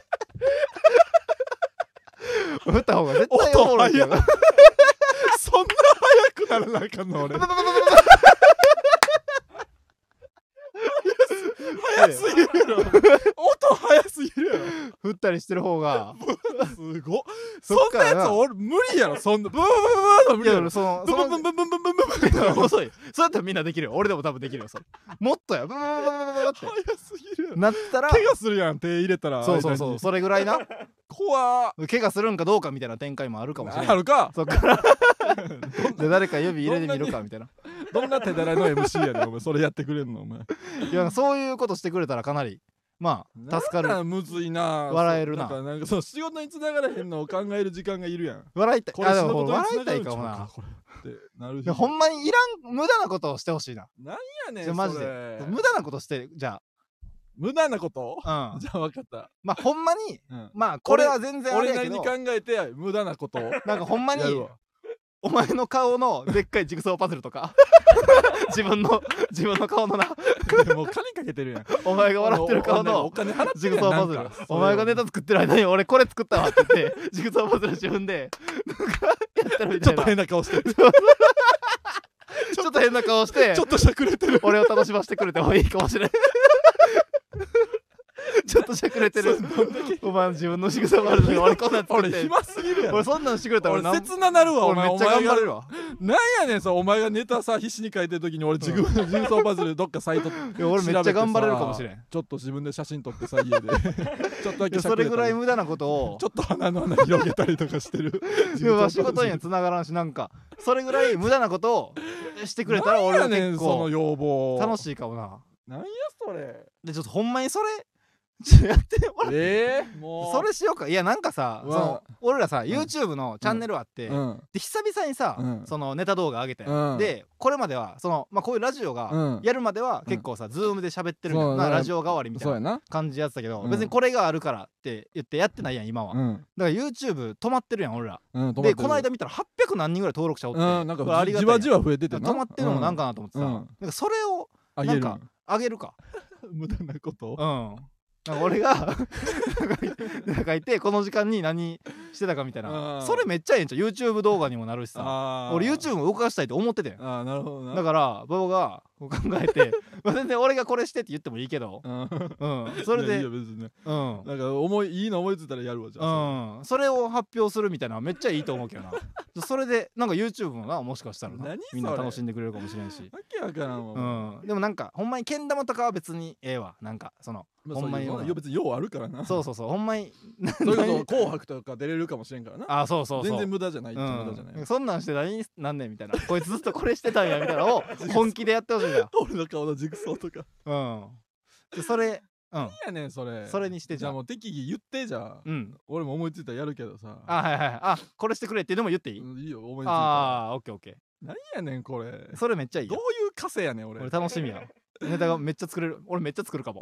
振った方が絶対おもろいけどそんな早くならなあかんの俺早すぎるやろ音早すぎるやろ振ったりしてる方がすごっ。そんなやつ俺無理やろ。そんなブーブーブー無理やろ。そのブンブンブンブンブンブンブンブン遅い。そうやったらみんなできるよ。俺でも多分できるよ。それもっとやブーブーブーブーブーって早すぎるなったら怪我するやん手入れたら。 そうそうそうそれぐらいな怖っ。 怪我するんかどうかみたいな展開もあるかもしれない。 あるか。 そっからで誰か指入れてみるかみたいな。 どんな手だらいの エムシー やねんお前それやってくれんのお前。 いやそういうことしてくれたらかなりまあ助かる。 なんむずいな。 笑えるな。 なんかなんかそう仕事に繋がらへんのを考える時間がいるやん。 笑いたい。 これあでも笑いたいかもな。 これってなる。 ほんまにいらん無駄なことをしてほしいな。 なんやねんマジで無駄なことしてじゃあ。 無駄なこと？ うん。 じゃあ分かった。 まあほんまにまあこれは全然あれやけど。 俺なりに考えて無駄なことをなんかほんまに。お前の顔のでっかいジグソーパズルとか自分の自分の顔のなもう金かけてるやんお前が笑ってる顔のジグソーパズルお前がネタ作ってる間に俺これ作ったわって言ってジグソーパズル自分でなんかやってるみたいなちょっと変な顔してるちょっと変な顔してちょっとしゃくれてる俺を楽しませてくれてもいいかもしれないちょっとしゃくれてるお前自分の仕草もあるのに俺こんなん作って俺暇すぎるやろ俺そんなんしてくれたら俺切ななるわ。 俺めっちゃ頑張れるわ。 なんやねんさお前がネタさ必死に書いてる時に俺自分のジグソーパズルどっかサイト俺めっちゃ頑張れるかもしれん。 ちょっと自分で写真撮ってさ家でちょっとだけそれぐらい無駄なことをちょっと鼻の穴広げたりとかしてるでも仕事には繋がらんしなんかそれぐらい無駄なことをしてくれたら俺は結構その要望楽しいかもな。 なんやそれでちょっとほんまにそれちょっとやってえー、もうそれしようか。いやなんかさ、その俺らさ YouTube のチャンネルあって、で久々にさ、そのネタ動画上げて、でこれまではそのまあこういうラジオがやるまでは結構さ Zoom で喋ってるみたいなラジオ代わりみたいな感じやってたけど、別にこれがあるからって言ってやってないやん今は。だから YouTube 止まってるやん俺ら。でこの間見たらはっぴゃくなんにんぐらい登録者おって、なんかじわじわ増えてて止まってるのもなんかなと思ってさ、なんかそれをなんかあげるか。 無駄なことうんなんか俺がなんかいてこの時間に何してたかみたいな、それめっちゃええんちゃう。 YouTube 動画にもなるしさ、俺 YouTube も動かしたいと思っててん。 あなるほどな。 だから馬場が考えてまあ全然俺がこれしてって言ってもいいけど、うんそれでいいよ別にね、うんなんか思いいいの思いついたらやるわじゃあ。うんそれを発表するみたいなめっちゃいいと思うけどなそれでなんか YouTube もなもしかしたらなみんな楽しんでくれるかもしれんし、 わけわからんわ。 うんでもなんかほんまにけん玉とかは別にええわ。なんかそのほんまに別にようあるからな。 そうそうそうほんまにそれこそ紅白とか出れるかもしれんからな。 あそうそうそう全然無駄じゃないって無駄じゃない。 そんなんして何なんねんみたいなこいつずっとこれしてたんやみたいなのを本気でやってほしいんだよ俺の顔のジグソーとか。 うんでそれ何やねんそれ。 それにしてじゃあもう適宜言ってじゃあ。うん俺も思いついたらやるけどさ。 あはいはいあこれしてくれってでも言っていい？ いいよ思いついた。 ああオッケーオッケー。 何やねんこれ。 それめっちゃいいよ。 どういう稼やねん俺。 俺楽しみや。ネタがめっちゃ作れる。俺めっちゃ作るかも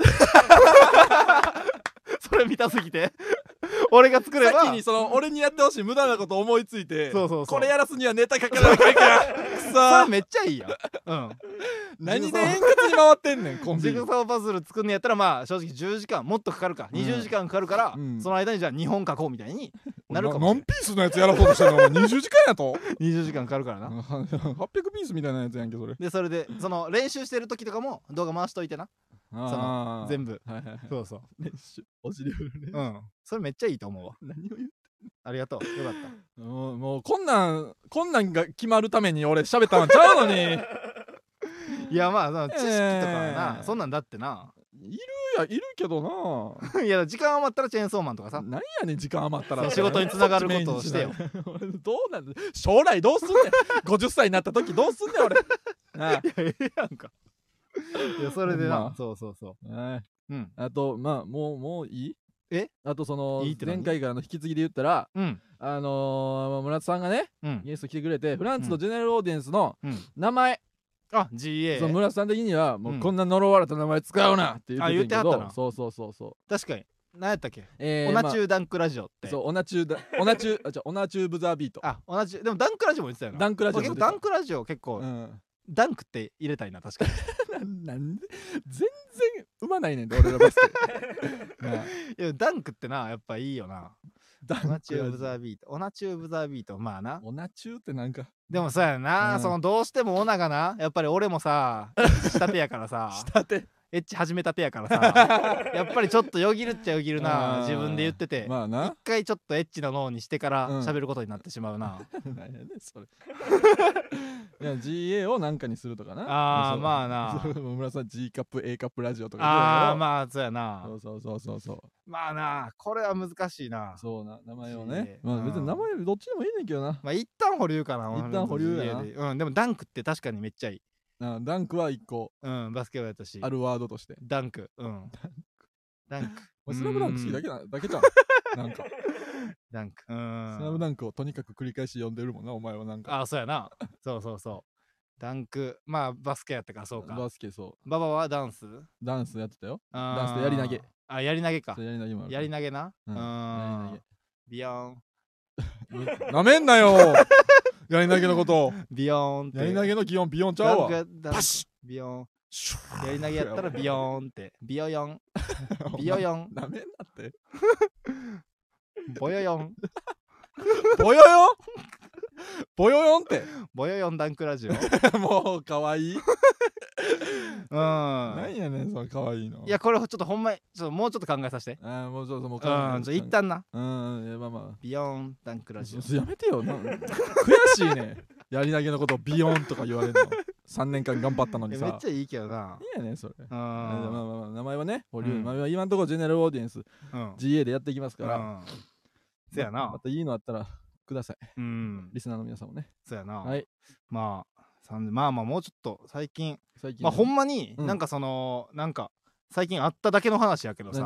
それ見たすぎて俺が作れば先にその俺にやってほしい無駄なこと思いついてそうそうそうこれやらすにはネタ書かなきゃいけないからくそそれめっちゃいいやん。うん何で円滑に回ってんねんコンビジグソーパズル作んのやったらまあ正直じゅうじかんもっとかかるか、にじゅうじかんかかるから、うん、その間にじゃあにほん書こうみたいになるかもしれない。 何ピースのやつやらそうとしてんのにじゅうじかんやとにじゅうじかんかかるからなはっぴゃくピースみたいなやつやんけそれでそれでその練習してる時とかも動画回しといてなその全部、はいはいはい、そうそう練習お尻振る練習うんそれめっちゃいいと思うわ。 何を言ってありがとうよかったもう、もうこんなんこんなんが決まるために俺喋ったのちゃうのにいやまあその知識とかはな、えー、そんなんだってないるやいるけどないや時間余ったらチェーンソーマンとかさ何やねん時間余ったら仕事につながることをしてよどうなんだ将来どうすんねんごじゅっさいになった時どうすんねん俺ああいやええやんかいやそれでな、まあ、そうそうそう、 えー、うんあとまあもうもういいえあとその前回からの引き継ぎで言ったら、うん、あのー、村田さんがね、うん、ゲスト来てくれてフランツのジェネラルオーディエンスの名前、 うん、あ ジーエーその村田さん的にはもうこんな呪われた名前使うなって言ってたけど、うん、そうそうそうそう確かに何やったっけ、えー、オナチューダンクラジオって、 そうオナチューダオナチューあじゃオナチューブザービートあオナチューでもダンクラジオも言ってたよな。 ダンクラジオ結構ダンクラジオ結構、うん、ダンクって入れたいな確かになんで全然うまないねんで俺らバスケいやダンクってなやっぱいいよな。オナチューブザービートオナチューブザービートまあなオナチューってなんかでもそうやな、うん、そのどうしてもオナがなやっぱり俺もさしたてやからさしたてエッチ始めたてやからさやっぱりちょっとよぎるっちゃよぎるな自分で言ってて、 まあな一回ちょっとエッチな脳にしてから喋ることになってしまうな、 うん、何やねんそれいや ジーエー をなんかにするとかなあーまあな村さん G カップ A カップラジオとかああまあそうやなそうそうそうそうそうまあなこれは難しいなそうな名前をね、まあ、別に名前どっちでもいいねんけどなまあ一旦保留かな一旦保留やなうんでもダンクって確かにめっちゃいいダンクはいっこうんバスケをやったしあるワードとしてダンクうんダンクスラムダンク好きだけなだけじゃんなんかダンクうんスラムダンクをとにかく繰り返し読んでるもんなお前はなんかあそうやなそうそうそうダンクまあバスケやったからそうかバスケそうババはダンスダンスやってたよダンスとやり投げあやり投げかやり投げもあるやり投げなうんやり投げビヨーンなめんなよやり投げのことビヨーンってやり投げの気温ビヨンちゃうわパシッビヨンやり投げやったらビヨーンってビヨヨンビヨヨンなめんなってボヨヨンボヨヨンボヨヨンってボヨヨンダンクラジオもうかわいいうん何やねんそれかわいいのいやこれちょっとほんまにちょっともうちょっと考えさせてああもうちょっともう考えうんじゃ一旦なうんいやまあまあビヨーンダンクラジオやめてよな悔しいねやり投げのことをビヨーンとか言われるのさんねんかん頑張ったのにさめっちゃいいけどないいやねそれうんまあまあまあ名前はね保留今のところジェネラルオーディエンス ジーエー でやっていきますからそやなまたいいのあったらくださいうんリスナーの皆さんもねそやなはいまあまあまあもうちょっと最近まあほんまになんかそのなんか最近あっただけの話やけどさ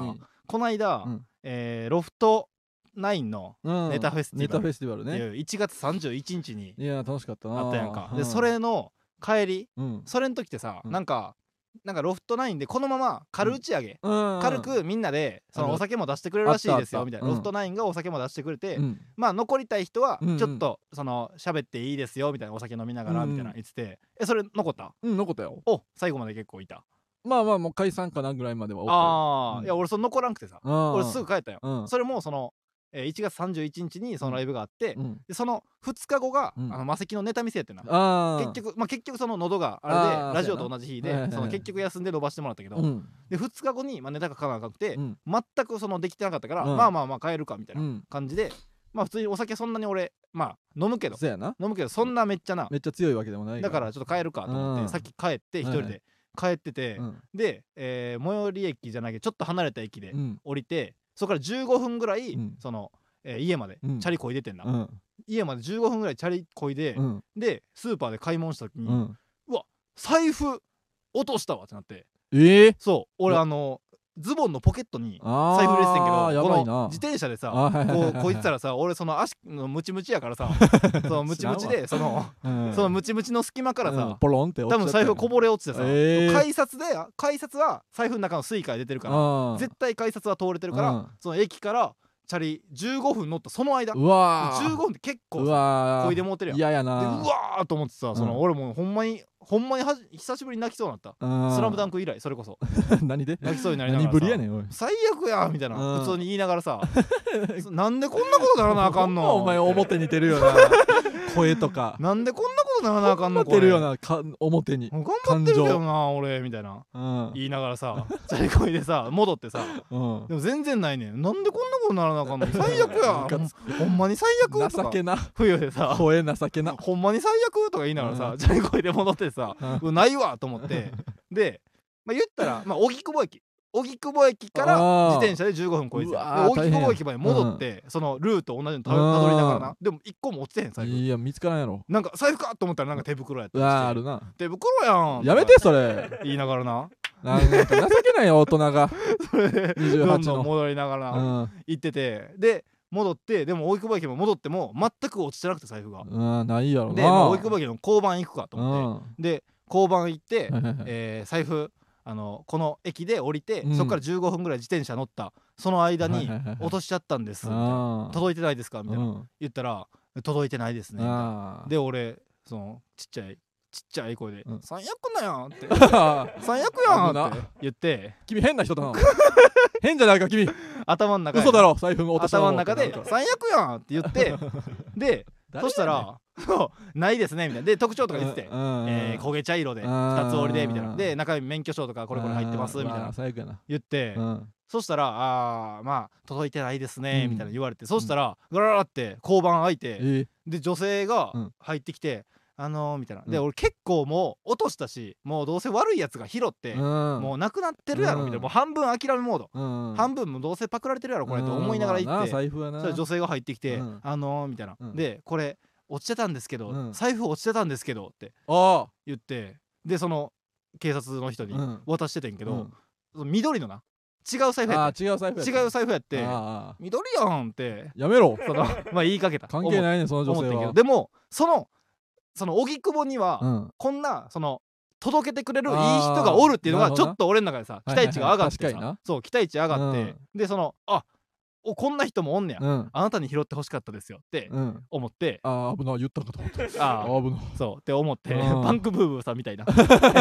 この間、えロフトナインのネタフェスティバル、 ネタフェスティバルね、 いちがつさんじゅういちにちにいや楽しかったなあったやんか。でそれの帰り、それの時ってさ、なんかなんかロフトナインでこのまま軽打ち上げ、軽くみんなでそのお酒も出してくれるらしいですよみたいな、ロフトナインがお酒も出してくれて、まあ残りたい人はちょっとその喋っていいですよみたいな、お酒飲みながらみたいな言ってて、えそれ残った？ うん残ったよ。 お最後まで結構いた。 まあまあもう解散かなぐらいまではおった。 ああいや俺その残らんくてさ、俺すぐ帰ったよ。それもそのいちがつさんじゅういちにちにそのライブがあって、でそのふつかごがマセキのネタ見せやってな。結局まあ結局その喉があれでラジオと同じ日で、その結局休んで伸ばしてもらったけど、でふつかごにネタが書かなくて全くそのできてなかったから、まあまあまあ帰るかみたいな感じで、まあ普通にお酒そんなに俺まあ飲むけど飲むけどそんなめっちゃなめっちゃ強いわけでもないだからちょっと帰るかと思ってさっき帰って一人で帰ってて、で最寄り駅じゃないけどちょっと離れた駅で降りて、そこからじゅうごふんぐらいそのえー、家までチャリこいでてんな、うん、家までじゅうごふんぐらいチャリこいで、うん、でスーパーで買い物した時に、うん、うわ財布落としたわってなって、 えー、 そう俺あのズボンのポケットに財布入れててんけど、この自転車でさこうこいてたらさ、俺その足のムチムチやからさそのムチムチでそのそのムチムチの隙間からさポロンって落ちちゃった、 多分財布こぼれ落ちてさ、改札で改札は財布の中のスイカが出てるから絶対改札は通れてるから、その駅からチャリじゅうごふん乗ったその間、 うわじゅうごふんって結構こいでもうてるやん。 嫌やな。 でうわーと思ってさ、その俺もうほんまにほんまには久しぶりに泣きそうになった。スラムダンク以来それこそ何で泣きそうになりながらさ、 何ぶりやねんおい最悪やみたいな普通に言いながらさなんでこんなことならなあかんのお前表に出るよな声とかなんでこんなことならなあかんのこれ出るよなか表に頑張ってるよな俺みたいな言いながらさチャリこいでさ戻ってさ、でも全然ないねん。なんでこんなことならなあかんの最悪やほんまに最悪情けな冬でさ声情けなほんまに最悪とか言いながらさチャリこいで戻ってさないわと思ってでまあ言ったらまあ荻窪駅荻窪駅から自転車でじゅうごふんこいで荻窪駅まで戻ってそのルート同じのたどりながらな、でも一個も落ちてへん財布。 いや見つからんやろ。 なんか財布かと思ったらなんか手袋やったりして、 あるな手袋やんやめてそれ言いながらななんか情けないよ大人がそれでどんどん戻りながら行ってて、で戻ってでも荻窪駅も戻っても全く落ちてなくて財布がうんないやろな。 で荻窪駅の交番行くかと思ってで交番行ってえ財布あのこの駅で降りて、うん、そこからじゅうごふんぐらい自転車乗ったその間に落としちゃったんです届いてないですかみたいな、うん、言ったら届いてないですねみたいな。で俺そのちっちゃいちっちゃい声で、うん、最悪なやんって最悪やんって言って君変な人だな変じゃないか君頭の中で嘘だろ財布も落とした頭の中で最悪やんって言ってでそしたらそうないですねみたいなで特徴とか言ってて、えー、焦げ茶色でふたつ折りでみたいなで中身免許証とかこれこれ入ってますみたいな言ってそしたらあーまあ届いてないですねみたいな言われて、そしたらガラガラって交番開いてで女性が入ってきてあのーみたいなで俺結構もう落としたしもうどうせ悪いやつが拾ってもうなくなってるやろみたいなもう半分諦めモード半分もどうせパクられてるやろこれと思いながら行ってそしたら女性が入ってきてあのーみたいなでこれ落ちてたんですけど、うん、財布落ちてたんですけどって言ってでその警察の人に渡しててんけど、うん、緑のな違う財布やって違う財布やって違う財布やって緑やんってやめろそのまあ言いかけた関係ないねその女性は。 でもそのその荻窪には、うん、こんなその届けてくれるいい人がおるっていうのがちょっと俺の中でさ期待値が上がってさそう期待値上がって、うん、でそのあおこんな人もおんねや、うん、あなたに拾ってほしかったですよって思って、うん、 ああ危ない言ったかと思ってああ危ないそうって思って、うん、パンクブーブーさんみたいな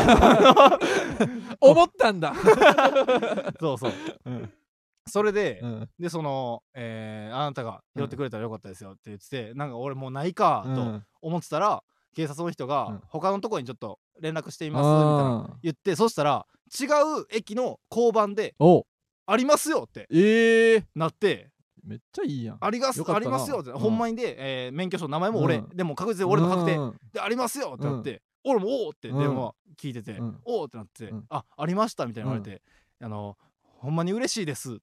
思ったんだそうそう、うん、それで、うん、でその、えー、あなたが拾ってくれたらよかったですよって言ってて、うん、なんか俺もうないかと思ってたら、うん、警察の人が、うん、他のとこにちょっと連絡してみますみたいな言ってそしたら違う駅の交番でありますよってなってめっちゃいいやんありがありますよって、うん、ほんまにで、えー、免許証名前も俺、うん、でも確実に俺の確定、うん、でありますよってなって、うん、俺もおおって電話聞いてて、うん、おおってなって、うん、あありましたみたいな言われて、うん、あのほんまに嬉しいですって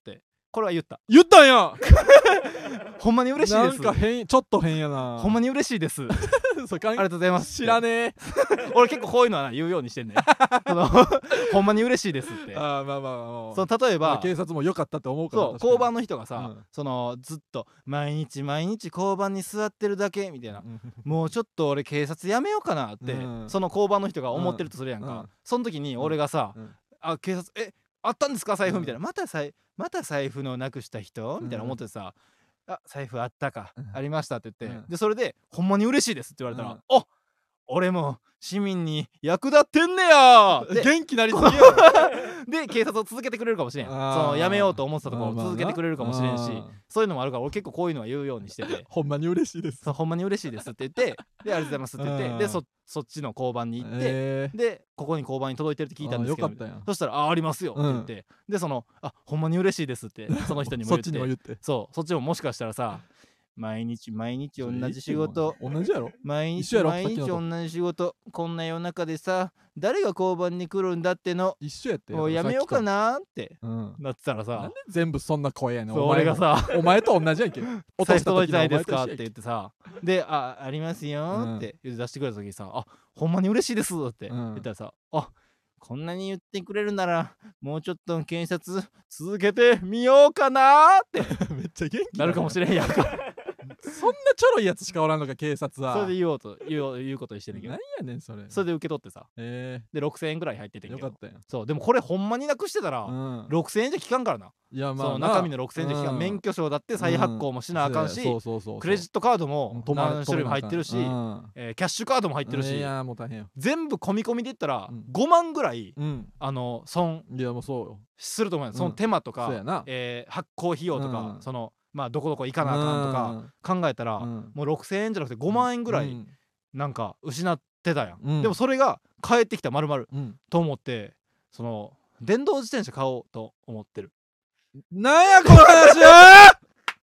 これは言った言ったんやほんまに嬉しいです。 なんか変、ちょっと変やな。 ほんまに嬉しいですありがとうございます。 知らねえ俺結構こういうのは言うようにしてんねんそのほんまに嬉しいですって。 ああまあまあまあ、 その例えば、まあ、 警察も良かったって思うから。 そう交番の人がさ、うん、そのずっと毎日毎日交番に座ってるだけみたいなもうちょっと俺警察やめようかなって、うん、その交番の人が思ってるとするやんか、うん、その時に俺がさ、うん、あ警察えあったんですか財布みたいな、また財また財布のなくした人みたいな思ってさ、あ財布あったか、うん、ありましたって言って、うん、でそれでほんまに嬉しいですって言われたら、うん、お俺も市民に役立ってんねや元気なりすぎやで警察を続けてくれるかもしれん。そのやめようと思ってたところを続けてくれるかもしれんし、そういうのもあるから俺結構こういうのは言うようにしててほんまに嬉しいですそうほんまに嬉しいですって言ってでありがとうございますって言ってで そ, そっちの交番に行って、えー、でここに交番に届いてるって聞いたんですけどよかったやん。 そしたら あ, ありますよって言って、うん、でそのあほんまに嬉しいですってその人にも言ってそっちにも言ってそうそっちももしかしたらさ毎日毎日同じ仕事同じやろ毎日毎日同じ仕事こんな夜中でさ誰が交番に来るんだっての一緒やってもうやめようかなってなってたらさ、 なんで全部そんな声やねんそう俺がさお前と同じやんけ財布届いてないですかって言ってさであありますよって言って出してくれた時にさあほんまに嬉しいですって言ったらさあこんなに言ってくれるならもうちょっと警察続けてみようかなってめっちゃ元気なるかもしれんやんかそんなちょろいやつしかおらんのか警察は。 それで言おうと言おう言うことにしてるけど何やねんそれ。 それで受け取ってさ、 えー、 でろくせんえんぐらい入っててんけどよかったやん。 そうでもこれほんまになくしてたら、うん、ろくせんえんじゃ効かんからな。 いやまあそう中身のろくせんえんじゃ効かん、うん、免許証だって再発行もしなあかんし、クレジットカードも何種類も入ってるし、うんえー、キャッシュカードも入ってるし、 いやもう大変よ。 全部込み込みで言ったら、うん、ごまんぐらい、うん、あの損いやもうそうよすると思うよ、うん、その手間とか、えー、発行費用とか、うん、そのまあどこどこ行かなあかんとか考えたら、うん、もうろくせんえんじゃなくてごまんえんぐらいなんか失ってたやん、うん、でもそれが返ってきた丸々、うん、と思ってその電動自転車買おうと思ってる。 なんやこの話は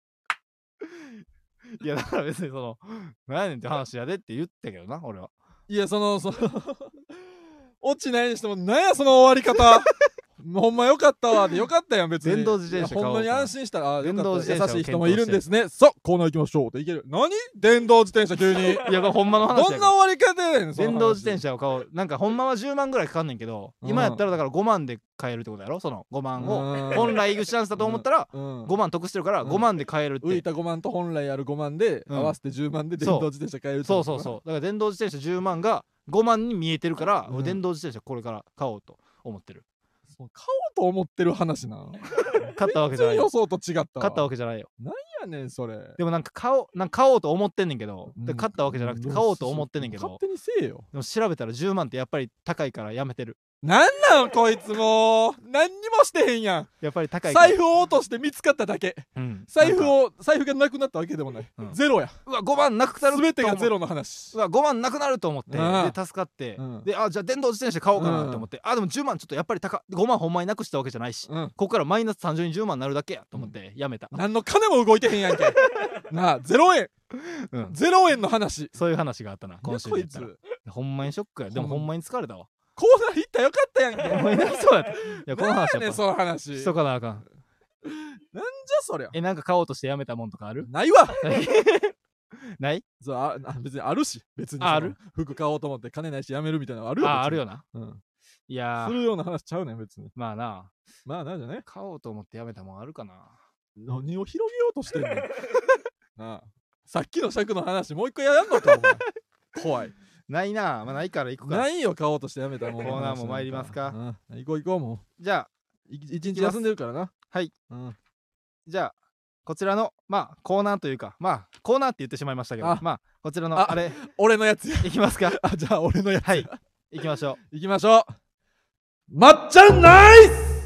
いやだから別にそのなんやねんって話やでって言ったけどな俺は。 いやそのその落ちないにしてもなんやその終わり方ほんまよかったわでよかったやん別に。 電動自転車買おうか。 ほんまに安心したらあ電動自転車優しい人もいるんですね。さあコーナー行きましょうっていける。何電動自転車急にいやほんまの話やどんな終わり方やねん。 電動自転車を買おうなんかほんまはじゅうまんぐらいかかんねんけど、うん、今やったらだからごまんで買えるってことやろ。そのごまんを本来チャンスだと思ったらごまん得してるからごまんで買えるって、 浮いたごまんと本来あるごまんで合わせてじゅうまんで電動自転車買えるって。 そうそうそうだから電動自転車じゅうまんがごまんに見えてるから、うん、電動自転車これから買おうと思ってる。 買おうと思ってる話な買ったわけじゃないよ。 予想と違った買ったわけじゃないよ。 なんやねんそれ。 でもなんか買おうなんか買おうと思ってんねんけど、うん、買ったわけじゃなくて買おうと思ってんねんけど、 勝手にせえよ。 でも調べたらじゅうまんってやっぱり高いからやめてる。 なんなんこいつもう何にもしてへんやん。 やっぱり高いから財布を落として見つかっただけ、うん、財布を財布がなくなったわけでもない、うん、ゼロや。 うわごまんなくなる全てがゼロの話。 うわごまんなくなると思って、で助かって、うん、であじゃあ電動自転車買おうかなって思って、うん、あでもじゅうまんちょっとやっぱり高ごまんほんまになくしたわけじゃないし、うん、ここからマイナス単純にじゅうまんになるだけやと思ってやめた、うん、 何の金も動いてへんやんけなあゼロえん、うん、ゼロえんの話。 そういう話があったな今週で言ったら。ほんまにショックや。でもほんまに疲れたわ。 コーナー行ったらよかったやんけ。 思い出しそうやった。いやこの話やっぱねその話しとかなあかん。 なんじゃそりゃ。 えなんか買おうとしてやめたもんとかある？ ないわない？ そうあ別にあるし別にある服買おうと思って金ないしやめるみたいなのあるよ。 ああるよな。うん。いやするような話ちゃうねん別に。 まあなまあなじゃね。 買おうと思ってやめたもんあるかな。 何を広げようとしてんのなあさっきの尺の話もう一回やんのかお前怖い。 ないな、まあないから行くか。 ないよ買おうとしてやめたもん。 コーナーも参りますか。 うん、行こう行こうもう。じゃあ一日休んでるからな。 はい、うん、じゃあこちらのまあコーナーというかまあコーナーって言ってしまいましたけど、あまあこちらの あ, あれ俺のやついきますか。 あじゃあ俺のやつはい行きましょう行きましょう。まっちゃんナイス。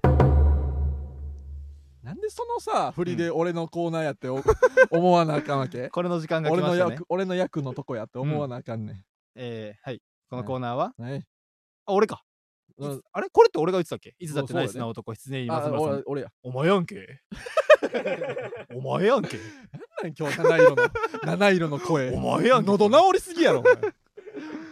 なんでそのさ振りで俺のコーナーやって思わなあかんわけ。 これの時間が来ましたね。 俺の役俺の役のとこやって思わなあかんねん。 えー、はいこのコーナーは、 はい、 あ俺か、うん、あれこれって俺が言ってたっけ。いつだってナイスな男羊に松村さん。 俺やお前やんけお前やんけ。 なんなん今日七色の七色の声お前やんけ。 喉治りすぎやろお前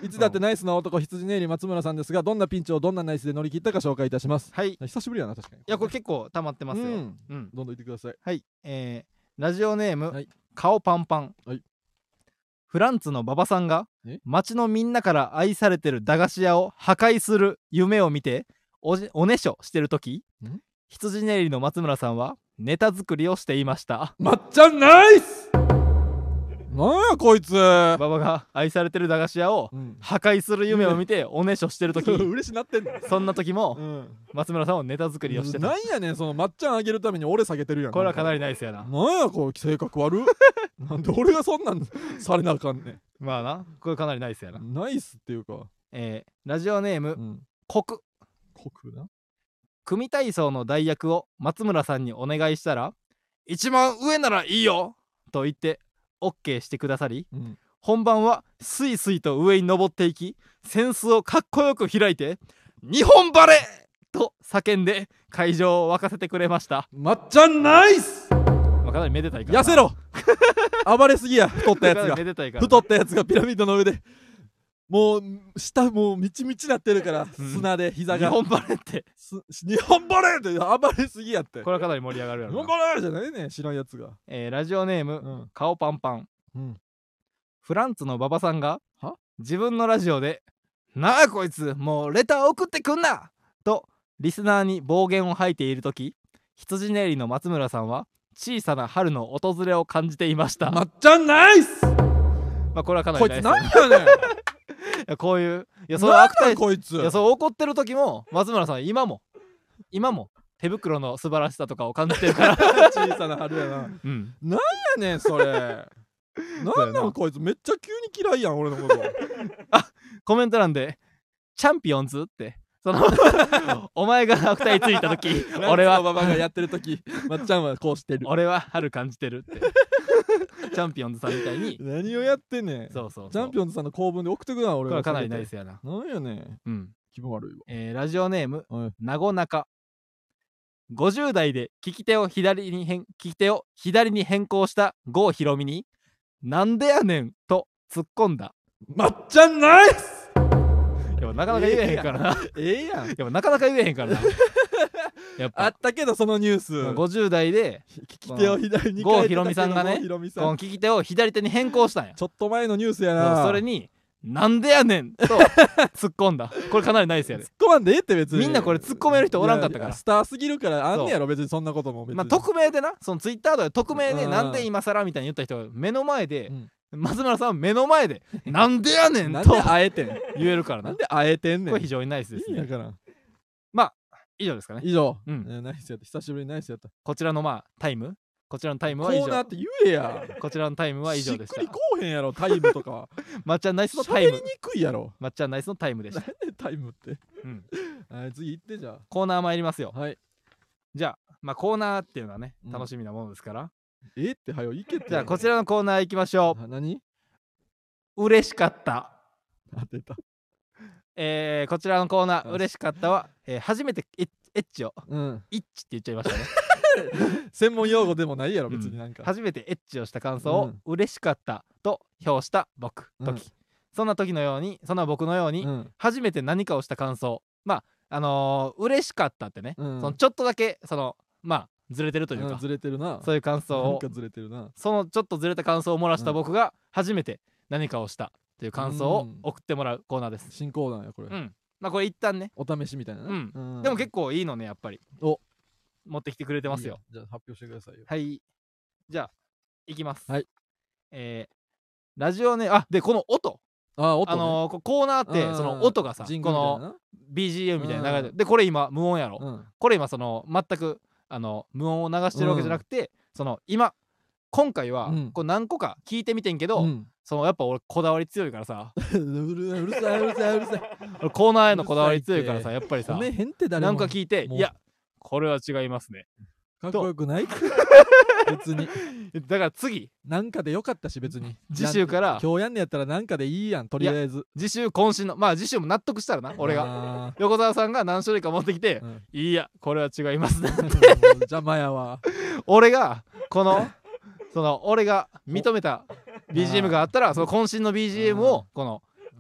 いつだってナイスな男羊ネイリ松村さんですが、どんなピンチをどんなナイスで乗り切ったか紹介いたします。 はい、 久しぶりやな確かに。 いやこれ結構溜まってますよ。うん、 うん、どんどん言ってください。 はい、えー、ラジオネーム、 はい、 顔パンパン、はい、フランツの馬場さんが町のみんなから愛されてる駄菓子屋を破壊する夢を見て お, じおねしょしてるとき、羊ネイリの松村さんはネタ作りをしていました。 まっちゃんナイス。なんやこいつ。馬場が愛されてる駄菓子屋を破壊する夢を見ておねしょしてるとき、うん、 嬉しなってんの。 そんな時も、うん、松村さんはネタ作りをしてた。 なんやねんそのまっちゃんあげるために俺下げてるやん。 これはかなりナイスやな。 なんやこう性格悪なんで俺がそんなんされなあかんねん。 まあな、これかなりナイスやな。 ナイスっていうか、 えー、ラジオネーム、うん、コクコクな。 組体操の代役を松村さんにお願いしたら、一番上ならいいよと言って オーケー してくださり、うん、本番はスイスイと上に登っていき、扇子をかっこよく開いて日本バレーと叫んで会場を沸かせてくれました。 まっちゃんナイス。 まあ、かなりめでたいからな。 痩せろ暴れすぎや。太ったやつがめでたいから太ったやつがピラミッドの上でもう下もうみちみちなってるから、うん、砂で膝が日本バレーって日本バレーって暴れすぎやって。 これはかなり盛り上がるやろ。 日本バレーじゃないね知らんやつが。 えー、ラジオネーム、うん、顔パンパン、うん、フランツの馬場さんが自分のラジオでなあこいつもうレター送ってくんなとリスナーに暴言を吐いているとき、羊ネイリの松村さんは小さな春の訪れを感じていました。 まっちゃんナイス。 まあこれはかなりナイス。 こいつなんやねんいやこういういやそう悪態こいつ。 いやそう怒ってる時も松村さん今も今も手袋の素晴らしさとかを感じてるから小さな春やな、うん、なんやねんそれなんなんこいつめっちゃ急に嫌いやん俺のことあコメント欄でチャンピオンズってそのお前が悪態ついた時俺は馬場がやってる時まっちゃんはこうしてる俺は春感じてるってチャンピオンズさんみたいに何をやってんねん。 そうそうそうチャンピオンズさんの公文で送ってくな俺は。 これはかなりナイスやな。 なんやねん、うん、気分悪いわ。 えー、ラジオネームなごなか。ごじゅう代で利き手を左に変利き手を左に変更した郷ひろみになんでやねんと突っ込んだ。 まっちゃんナイス。 でもなかなか言えへんからな。 ええやん。 でもなかなか言えへんからな。 やっぱあったけどそのニュースごじゅう代で利き手を左に郷ひろみさんがねこの利き手を左手に変更したんや。 ちょっと前のニュースやな。 それになんでやねんと突っ込んだ。これかなりナイスやで。 突っ込まんでええって別に。 みんなこれ突っ込める人おらんかったから。 スターすぎるからあんねやろ別にそんなことも別に。 まあ匿名でなそのツイッターとかで匿名でなんで今更みたいに言った人が目の前で、うん松村さんは目の前でなんでやねんとあえてん言えるからな。 なんであえてんねん。 これ非常にナイスですね。 いいから。 まあ以上ですかね。 以上。うん。ナイスやった。久しぶりにナイスやった。 こちらのまあタイムこちらのタイムは以上。 コーナーって言えや。 こちらのタイムは以上でした。 しっくりこうへんやろタイムとか。 まっちゃんナイスのタイム。 喋りにくいやろ。 まっちゃんナイスのタイムでした。 なんでタイムって。うん。はい、次行ってじゃあ。 コーナー参りますよ。 はい。 じゃあまあコーナーっていうのはね楽しみなものですから。 えってはよ行けって。 じゃあこちらのコーナー行きましょう。 何？ 嬉しかった。 当てた。 えー、こちらのコーナー嬉しかったは、えー、初めてエッエッチを、うん、イッチって言っちゃいましたね。 専門用語でもないやろ別になんか、 うん、初めてエッチをした感想を、うん、嬉しかったと評した僕、うん、時そんな時のようにそんな僕のように、うん、初めて何かをした感想まああのー、嬉しかったってね、うん、そのちょっとだけそのまあずれてるというか、 ずれてるなそういう感想をなんかずれてるなそのちょっとずれた感想を漏らした僕が初めて何かをしたという感想を送ってもらうコーナーです。 新コーナーやこれ。 うん。まあこれ一旦ね。 お試しみたいなね。うん。うん、でも結構いいのねやっぱり。お。持ってきてくれてますよ。 いいじゃあ発表してくださいよ。 はい。じゃあいきます。 はい。 えー、ラジオねあでこの音。 あ音、ね、 あのー、コーナーってその音がさこの ビージーエム みたいな流れででこれ今無音やろ。うん、これ今その全くあの無音を流してるわけじゃなくて、うん、その今今回はこう何個か聞いてみてんけど、うん、そのやっぱ俺こだわり強いからさうるさいうるさいうるさいコーナーへのこだわり強いからさやっぱりさなんか聞いていやこれは違いますねかっこよくない別にだから次なんかでよかったし別に次週から今日やんねやったらなんかでいいやんとりあえず次週渾身のまあ次週も納得したらな俺が横澤さんが何種類か持ってきて、うん、いやこれは違いますねって邪魔やわ俺がこのその俺が認めた ビージーエム があったらその渾身の ビージーエム をこの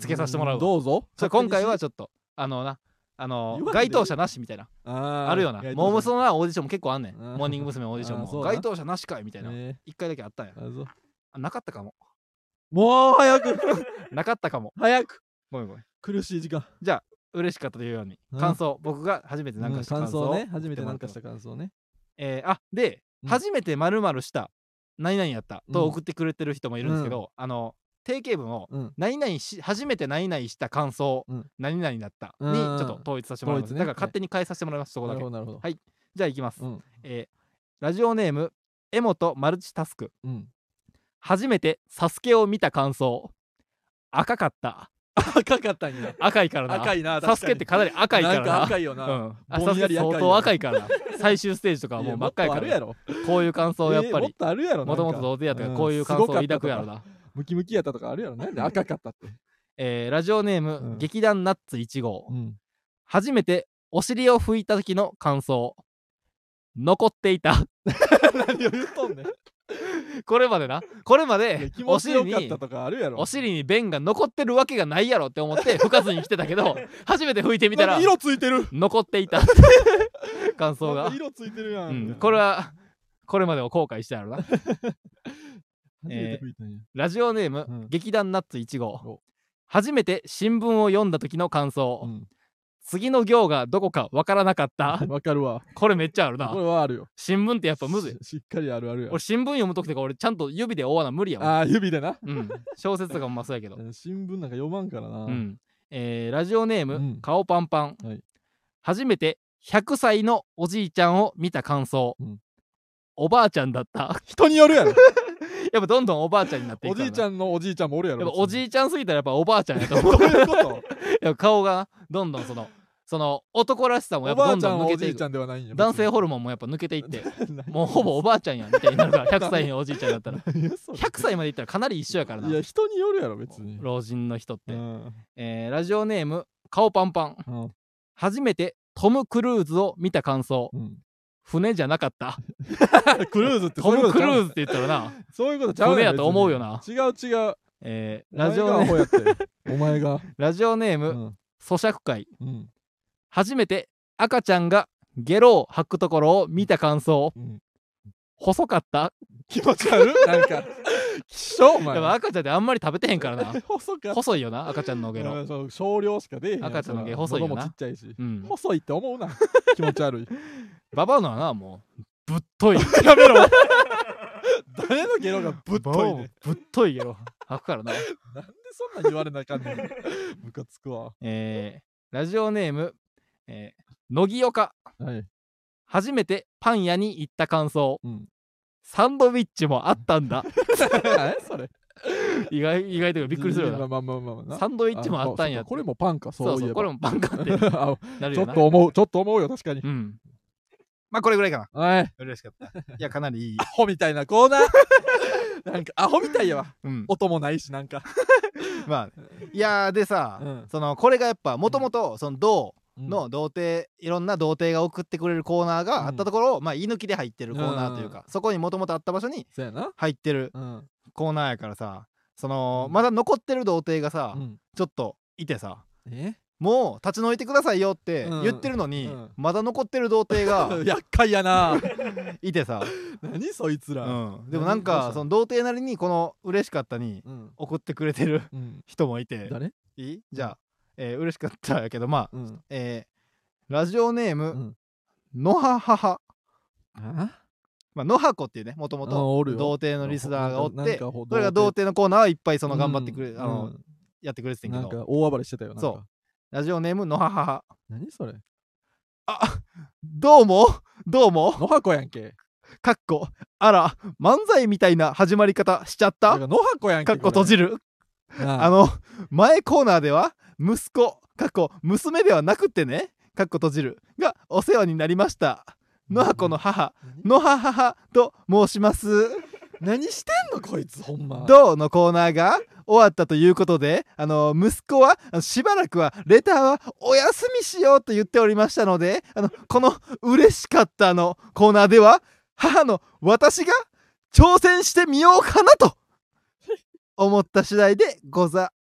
つけさせてもらうわ。 どうぞ。 今回はちょっとあのなあの該当者なしみたいな あ, あるよな。モームスのなオーディションも結構あんねん。モーニング娘。オーディションも該当者なしかいみたいな一回だけあったんや。あなかったかも。 もう早くなかったかも。 早く。 ごめんごめん。 苦しい時間。 じゃあ嬉しかったというように感想、僕が初めてなんかした感想を、 ね、初めてなんかした感想ね。 えー、あで、うん、初めて〇〇した何々やったと送ってくれてる人もいるんですけど、うん、あの定型文を、うん、何々し初めて何々した感想、うん、何々だったにちょっと統一させてもらいます、ね、だから勝手に変えさせてもらいます、はい、そこだけ。 なるほどはい、じゃあいきます、うん、えー、ラジオネームエモとマルチタスク、うん、初めてサスケを見た感想、赤かった。 赤かったんや。 赤いからな。 赤いな。 サスケってかなり赤いからな。 なんか赤いよな。うん。 サスケ相当赤いからな。最終ステージとかはもう真っ赤いから。こういう感想やっぱり。 もっとあるやろ。 もともと童貞やったからこういう感想を抱くやろな。 ムキムキやったとかあるやろ。なんで赤かったって。 えー、ラジオネーム劇団ナッツいち号。初めてお尻を拭いた時の感想。残っていた。 何を言っとんねん。 これまでなこれまでお尻にお尻に便が残ってるわけがないやろって思って拭かずに来てたけど初めて拭いてみたら色ついてる残っていた感想が色ついてるやん、 うん、これはこれまでを後悔したやろなえー、ラジオネーム、うん、劇団ナッツいち号。初めて新聞を読んだ時の感想、うん、次の行がどこかわからなかった。 わかるわ。 これめっちゃあるな。 これはあるよ。 新聞ってやっぱむずい。 し, しっかりあるあるや。 俺新聞読むときとか俺ちゃんと指で追わな無理やわ。 ああ指でな。 うん。小説とかもまあそうやけど。 新聞なんか読まんからな。 うん。えー、ラジオネーム、うん、顔パンパン、はい。初めてひゃくさいのおじいちゃんを見た感想。うん、おばあちゃんだった。 人によるやろ。 やっぱどんどんおばあちゃんになっていくから。 おじいちゃんのおじいちゃんもおるやろ。 やっぱおじいちゃんすぎたらやっぱおばあちゃんやと思う。 どういうこと？ やっぱ顔がどんどんその。その男らしさもやっぱどんどん抜けていく。男性ホルモンもやっぱ抜けていってもうほぼおばあちゃんやんみたいになるからひゃくさいのおじいちゃんだったらひゃくさいまでいったらかなり一緒やからな。 いや人によるやろ別に。 老人の人って、えー、ラジオネーム顔パンパン、うん、初めてトム・クルーズを見た感想、うん、船じゃなかった。 クルーズってトム・クルーズって言ったらなそういうことちゃう船やと思うよな。 違う違う、 えー、ラジオネームお前がラジオネーム、うん、咀嚼会、うん初めて赤ちゃんがゲロを吐くところを見た感想、うん、細かった。 気持ち悪いなんかきしょお前。 でも赤ちゃんってあんまり食べてへんからな。 細か細いよな赤ちゃんのゲロ。 そう少量しか出えへん。 赤ちゃんのゲロ細いよな。 喉もちっちゃいし、うん、細いって思うな。気持ち悪い。 ババアのはなもうぶっとい。 やめろ。誰のゲロがぶっといね。 ぶっといゲロ吐くからな。 なんでそんなに言われなあかんねん。ムカつくわ。 えー、ラジオネームえー、乃木岡、はい、初めてパン屋に行った感想、うん、サンドイッチもあったんだ。 それ意外意外とびっくりするよな。 まあまあまあまあ、 サンドイッチもあったんやって。 これもパンか。そういえばそうそうこれもパンかってなるよな。 ちょっと思うちょっと思うよ確かに、 うん、まあこれぐらいかな。 はい、 嬉しかった。いやかなりいいアホみたいなコーナー。なんかアホみたいやわ、うん、音もないしなんかまあいやでさ、うん、そのこれがやっぱもともとその銅の童貞いろんな童貞が送ってくれるコーナーがあったところを、うん、まあ居抜きで入ってるコーナーというか、うん、そこにもともとあった場所に入ってるコーナーやからさ、その、うん、まだ残ってる童貞がさ、うん、ちょっといてさ、えもう立ち退いてくださいよって言ってるのに、うん、まだ残ってる童貞が厄介やないてさ何そいつら、 うん、でもなんかその童貞なりにこの嬉しかったに送ってくれてる、うん、人もいて、 誰いいじゃあ、えー、嬉しかったやけどまあ、うんえー、ラジオネーム、うん、のはははまあのはこっていうねもともと童貞のリスナーがおってそれが童貞のコーナーはいっぱいその頑張ってくれ、うん、あの、うん、やってくれてたんけどなんか大暴れしてたよな。 そうラジオネームのははは。 何それ。 あどうもどうものはこやんけ。 かっこあら漫才みたいな始まり方しちゃった。 のはこやんけ。 かっこ閉じる。あの前コーナーでは息子かっこ娘ではなくてねかっこ閉じるがお世話になりました。のはこの母のはははと申します。 何してんのこいつほんま。 どうのコーナーが終わったということであの息子はしばらくはレターはお休みしようと言っておりましたのであのこの嬉しかったのコーナーでは母の私が挑戦してみようかなと思った次第でござ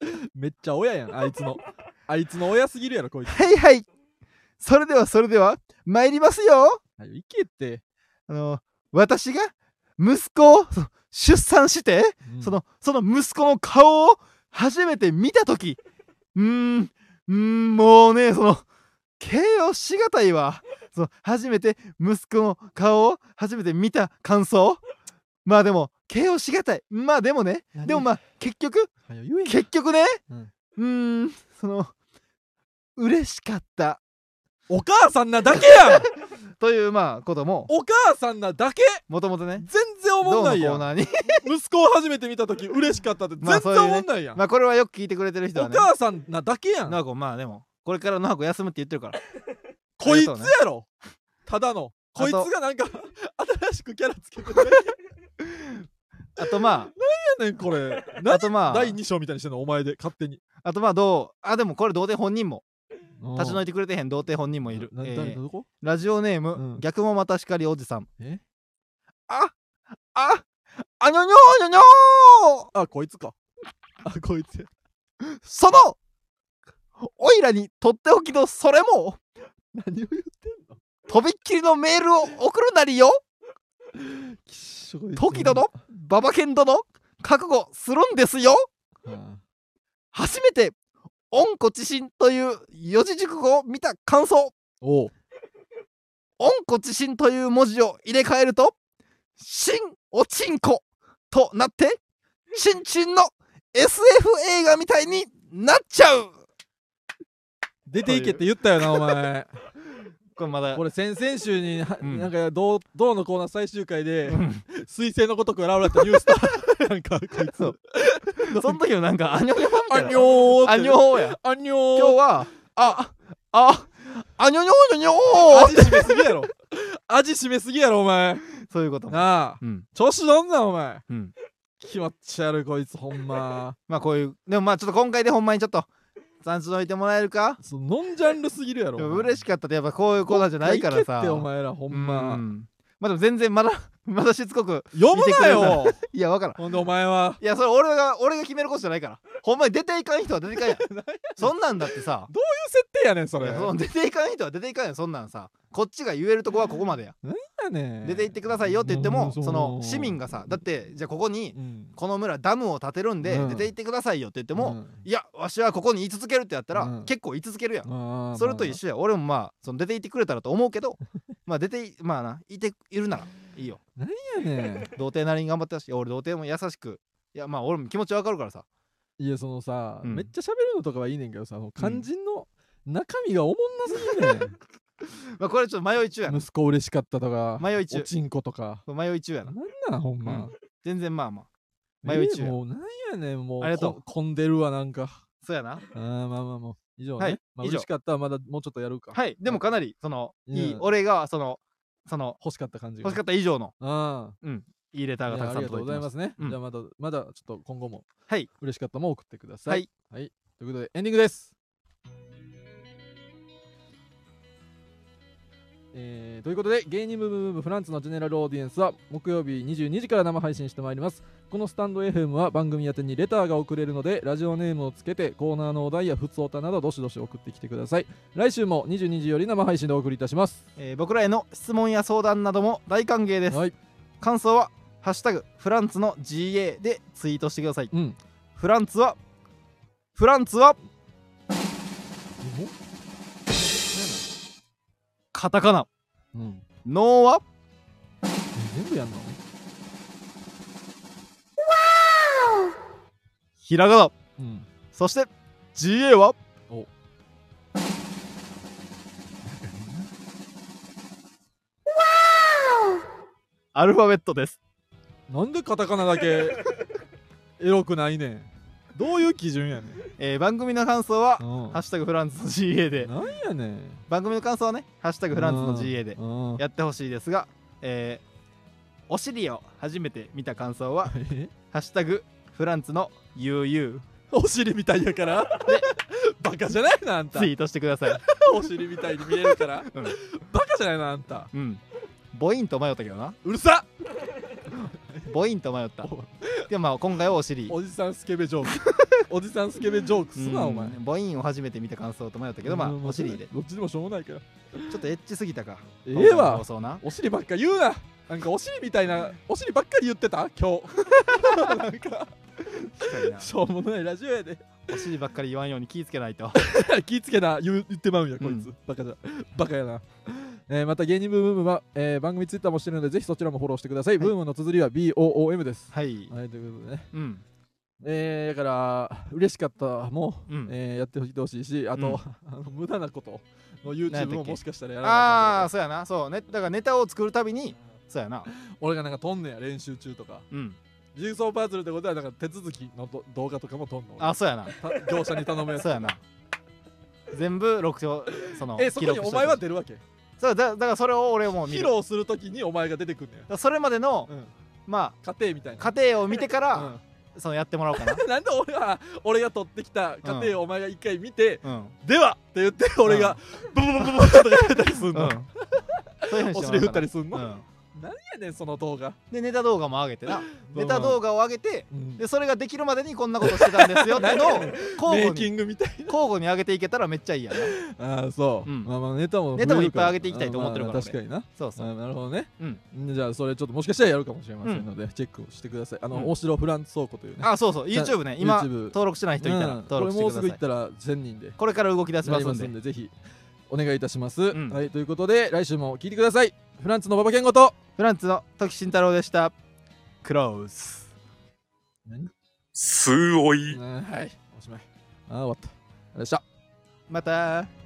めっちゃ親やんあいつのあいつの親すぎるやろこいつ。 はいはい、それではそれでは参りますよ。 はい、行けって。 あの私が息子を出産して、うん、そのその息子の顔を初めて見た時、うーんうーんもうね、その形容しがたいわ。その初めて息子の顔を初めて見た感想、まあでも形容しがたい。まあでもね、でもまあ結局結局ね、うん、うーんその嬉しかった。 お母さんなだけやんというまあことも、 お母さんなだけもともとね、 全然思んないやん。息子を初めて見た時嬉しかったって全然思んないやん。 まあこれはよく聞いてくれてる人はね、 お母さんなだけやん。 なこまあでもこれからのはこ休むって言ってるからこいつやろただのこいつがなんか新しくキャラつけてるあとまあなんやねんこれ。 あとまあだいに章みたいにしてんのお前で勝手に。 あとまあどうあでもこれ童貞本人も立ち退いてくれてへん童貞本人もいる。えー、どこラジオネーム、うん、逆もまたしかりおじさん。えあああにょにょにょにょーあこいつかあこいつそのおいらにとっておきのそれも何を言ってんの。 とびっきりのメールを送るなりよ時殿ババケン殿覚悟するんですよ、はあ、初めて温故知新という四字熟語を見た感想。おう温故知新という文字を入れ替えると新おちんことなってちんちんの エスエフ 映画みたいになっちゃう。 出ていけって言ったよなお前これまだこれ先々週に、うん、なんかどうどうのコーナー最終回で彗星のごとく現れたニュースターなんかこいつその時のなんかアニョニョみたいなアニョーアニョーやアニョー今日はああアニョニョニョニョー味しめすぎやろ味しめすぎやろお前。 そういうことなあ、うん、調子どんなお前、うん、気持ち悪いこいつほんままあこういうでもまあちょっと今回でほんまにちょっと残しといてもらえるか。 そうノンジャンルすぎるやろ。 嬉しかったってやっぱこういうコーナーじゃないからさ。 ってお前らほんま、うん、 まあでも全然まだまだしつこく読むなよいやわからん。 ほんでお前はいやそれ俺が俺が決めることじゃないから。ほんまに出ていかん人は出ていかんやんそんなんだってさどういう設定やねんそれ。 その出ていかん人は出ていかんやんそんなんさ。こっちが言えるとこはここまでや。 何やねん出て行ってくださいよって言ってもその市民がさだってじゃあここにこの村ダムを建てるんで出て行ってくださいよって言ってもいやわしはここに居続けるってやったら結構居続けるやん。それと一緒や。俺もまあその出て行ってくれたらと思うけどまあ出てまあないているならいいよ。 何やねん童貞なりに頑張ってほしい。俺童貞も優しくいやまあ俺も気持ちわかるからさ。 いやそのさ、うん、めっちゃ喋るのとかはいいねんけどさ肝心の中身がおもんなすぎんねんまあこれちょっと迷い中やな。 息子嬉しかったとか迷い中おちんことか迷い中やな。 なんなんほんま、うん、 全然まあまあ迷い中や、 えー、もうなんやねんもうありがとう混んでるわなんか。 そうやな。 あまあまあまあ以上ね、 はいまあ、嬉しかったらまだもうちょっとやるか。 はいでもかなりそのいい俺がそのその欲しかった感じが欲しかった以上のあうんいいレターがたくさん届いてます。ありがとうございますね、うん、じゃあまだまだちょっと今後もはい嬉しかったも送ってください。 はい、 はい、ということでエンディングです。えー、ということで芸人ブームブームフランツのジェネラルオーディエンスは木曜日にじゅうにじから生配信してまいります。このスタンド エフエム は番組宛てにレターが送れるのでラジオネームをつけてコーナーのお題やふつおたなどどしどし送ってきてください。来週もにじゅうにじより生配信でお送りいたします。 えー、僕らへの質問や相談なども大歓迎です、はい、感想はハッシュタグフランツの ジーエー でツイートしてください、うん、フランツはフランツはカタカナ、うん、ノーは全部やんのひらがな、うん、そして ジーエー はおアルファベットです。 なんでカタカナだけエロくないねん。どういう基準やねん。 えー、番組の感想はハッシュタグフランツの ジーエー でなんやねん。 番組の感想はねハッシュタグフランツの ジーエー でやってほしいですが、えー、お尻を初めて見た感想はハッシュタグフランツの ユーユー お尻みたいやからでバカじゃないのあんた。 ツイートしてくださいお尻みたいに見えるから、うん、バカじゃないのあんた。うんボインと迷ったけどな。 うるさっボインと迷ったでもまあ今回はお尻。 おじさんスケベジョークおじさんスケベジョークすなお前。 ボインを初めて見た感想と迷ったけど、まあお尻でどっちでもしょうもないから。 ちょっとエッチすぎたか。 ええわ、お尻ばっか言うな。なんかお尻みたいな、お尻ばっかり言ってた今日なんかしょうもないラジオやで。 お尻ばっかり言わんように気ぃつけないと気ぃつけな言う言ってまうんやこいつ、うん、バカじゃバカやな。えー、また芸人ブームブームは、えー、番組ツイッターもしてるのでぜひそちらもフォローしてください、はい、ブームの綴りは ビーオーオーエム です。 はい、 はい、ということでね、 うん、 えー、だから嬉しかったも、 うん、 えー、やってほしいし、あと、うん、あの無駄なことの YouTube ももしかしたらやらなああーそうやな、そうね、だからネタを作るたびにそうやな俺がなんか撮んねや練習中とか、 うん、 ジグソーパズルってことはなんか手続きの動画とかも撮んの。 あそうやな業者に頼むやつそうやな全部ろく章そのえそこにお前は出るわけ。 そうだ、だからそれを俺も見る披露するときにお前が出てくんねや。それまでの、うん、まあ家庭みたいな家庭を見てから、うん、そのやってもらおうかななんで俺は俺が撮ってきた家庭をお前が一回見て、 うん、 ではって言って俺がブブブブブブとかやったりすんの、うん、 そういうふうにお尻振ったりすんの、 うん何やねんその動画でネタ動画も上げてなネタ動画を上げて、うん、でそれができるまでにこんなことしてたんですよっていうのを交互に交互に上げていけたらめっちゃいいやな。ああそう、うん、まあまあネタもネタもいっぱい上げていきたいと思ってるから、 まあ、確かにな。 そうそうなるほどね、 うん、 じゃあそれちょっともしかしたらやるかもしれませんので、うん、チェックをしてください。あの、うん、大城フランツ倉庫というね、 あそうそう YouTube ね今登録してない人いたら登録してください、うん、これもうすぐ行ったらせんにんでこれから動き出しますん で, んでぜひお願いいたします、うん、はいということで来週も聞いてください。フランツの馬場健吾とフランツの時慎太郎でした。クローズ。 何すごい、 はいおしまい。あ終わった。ありがとうございました。 また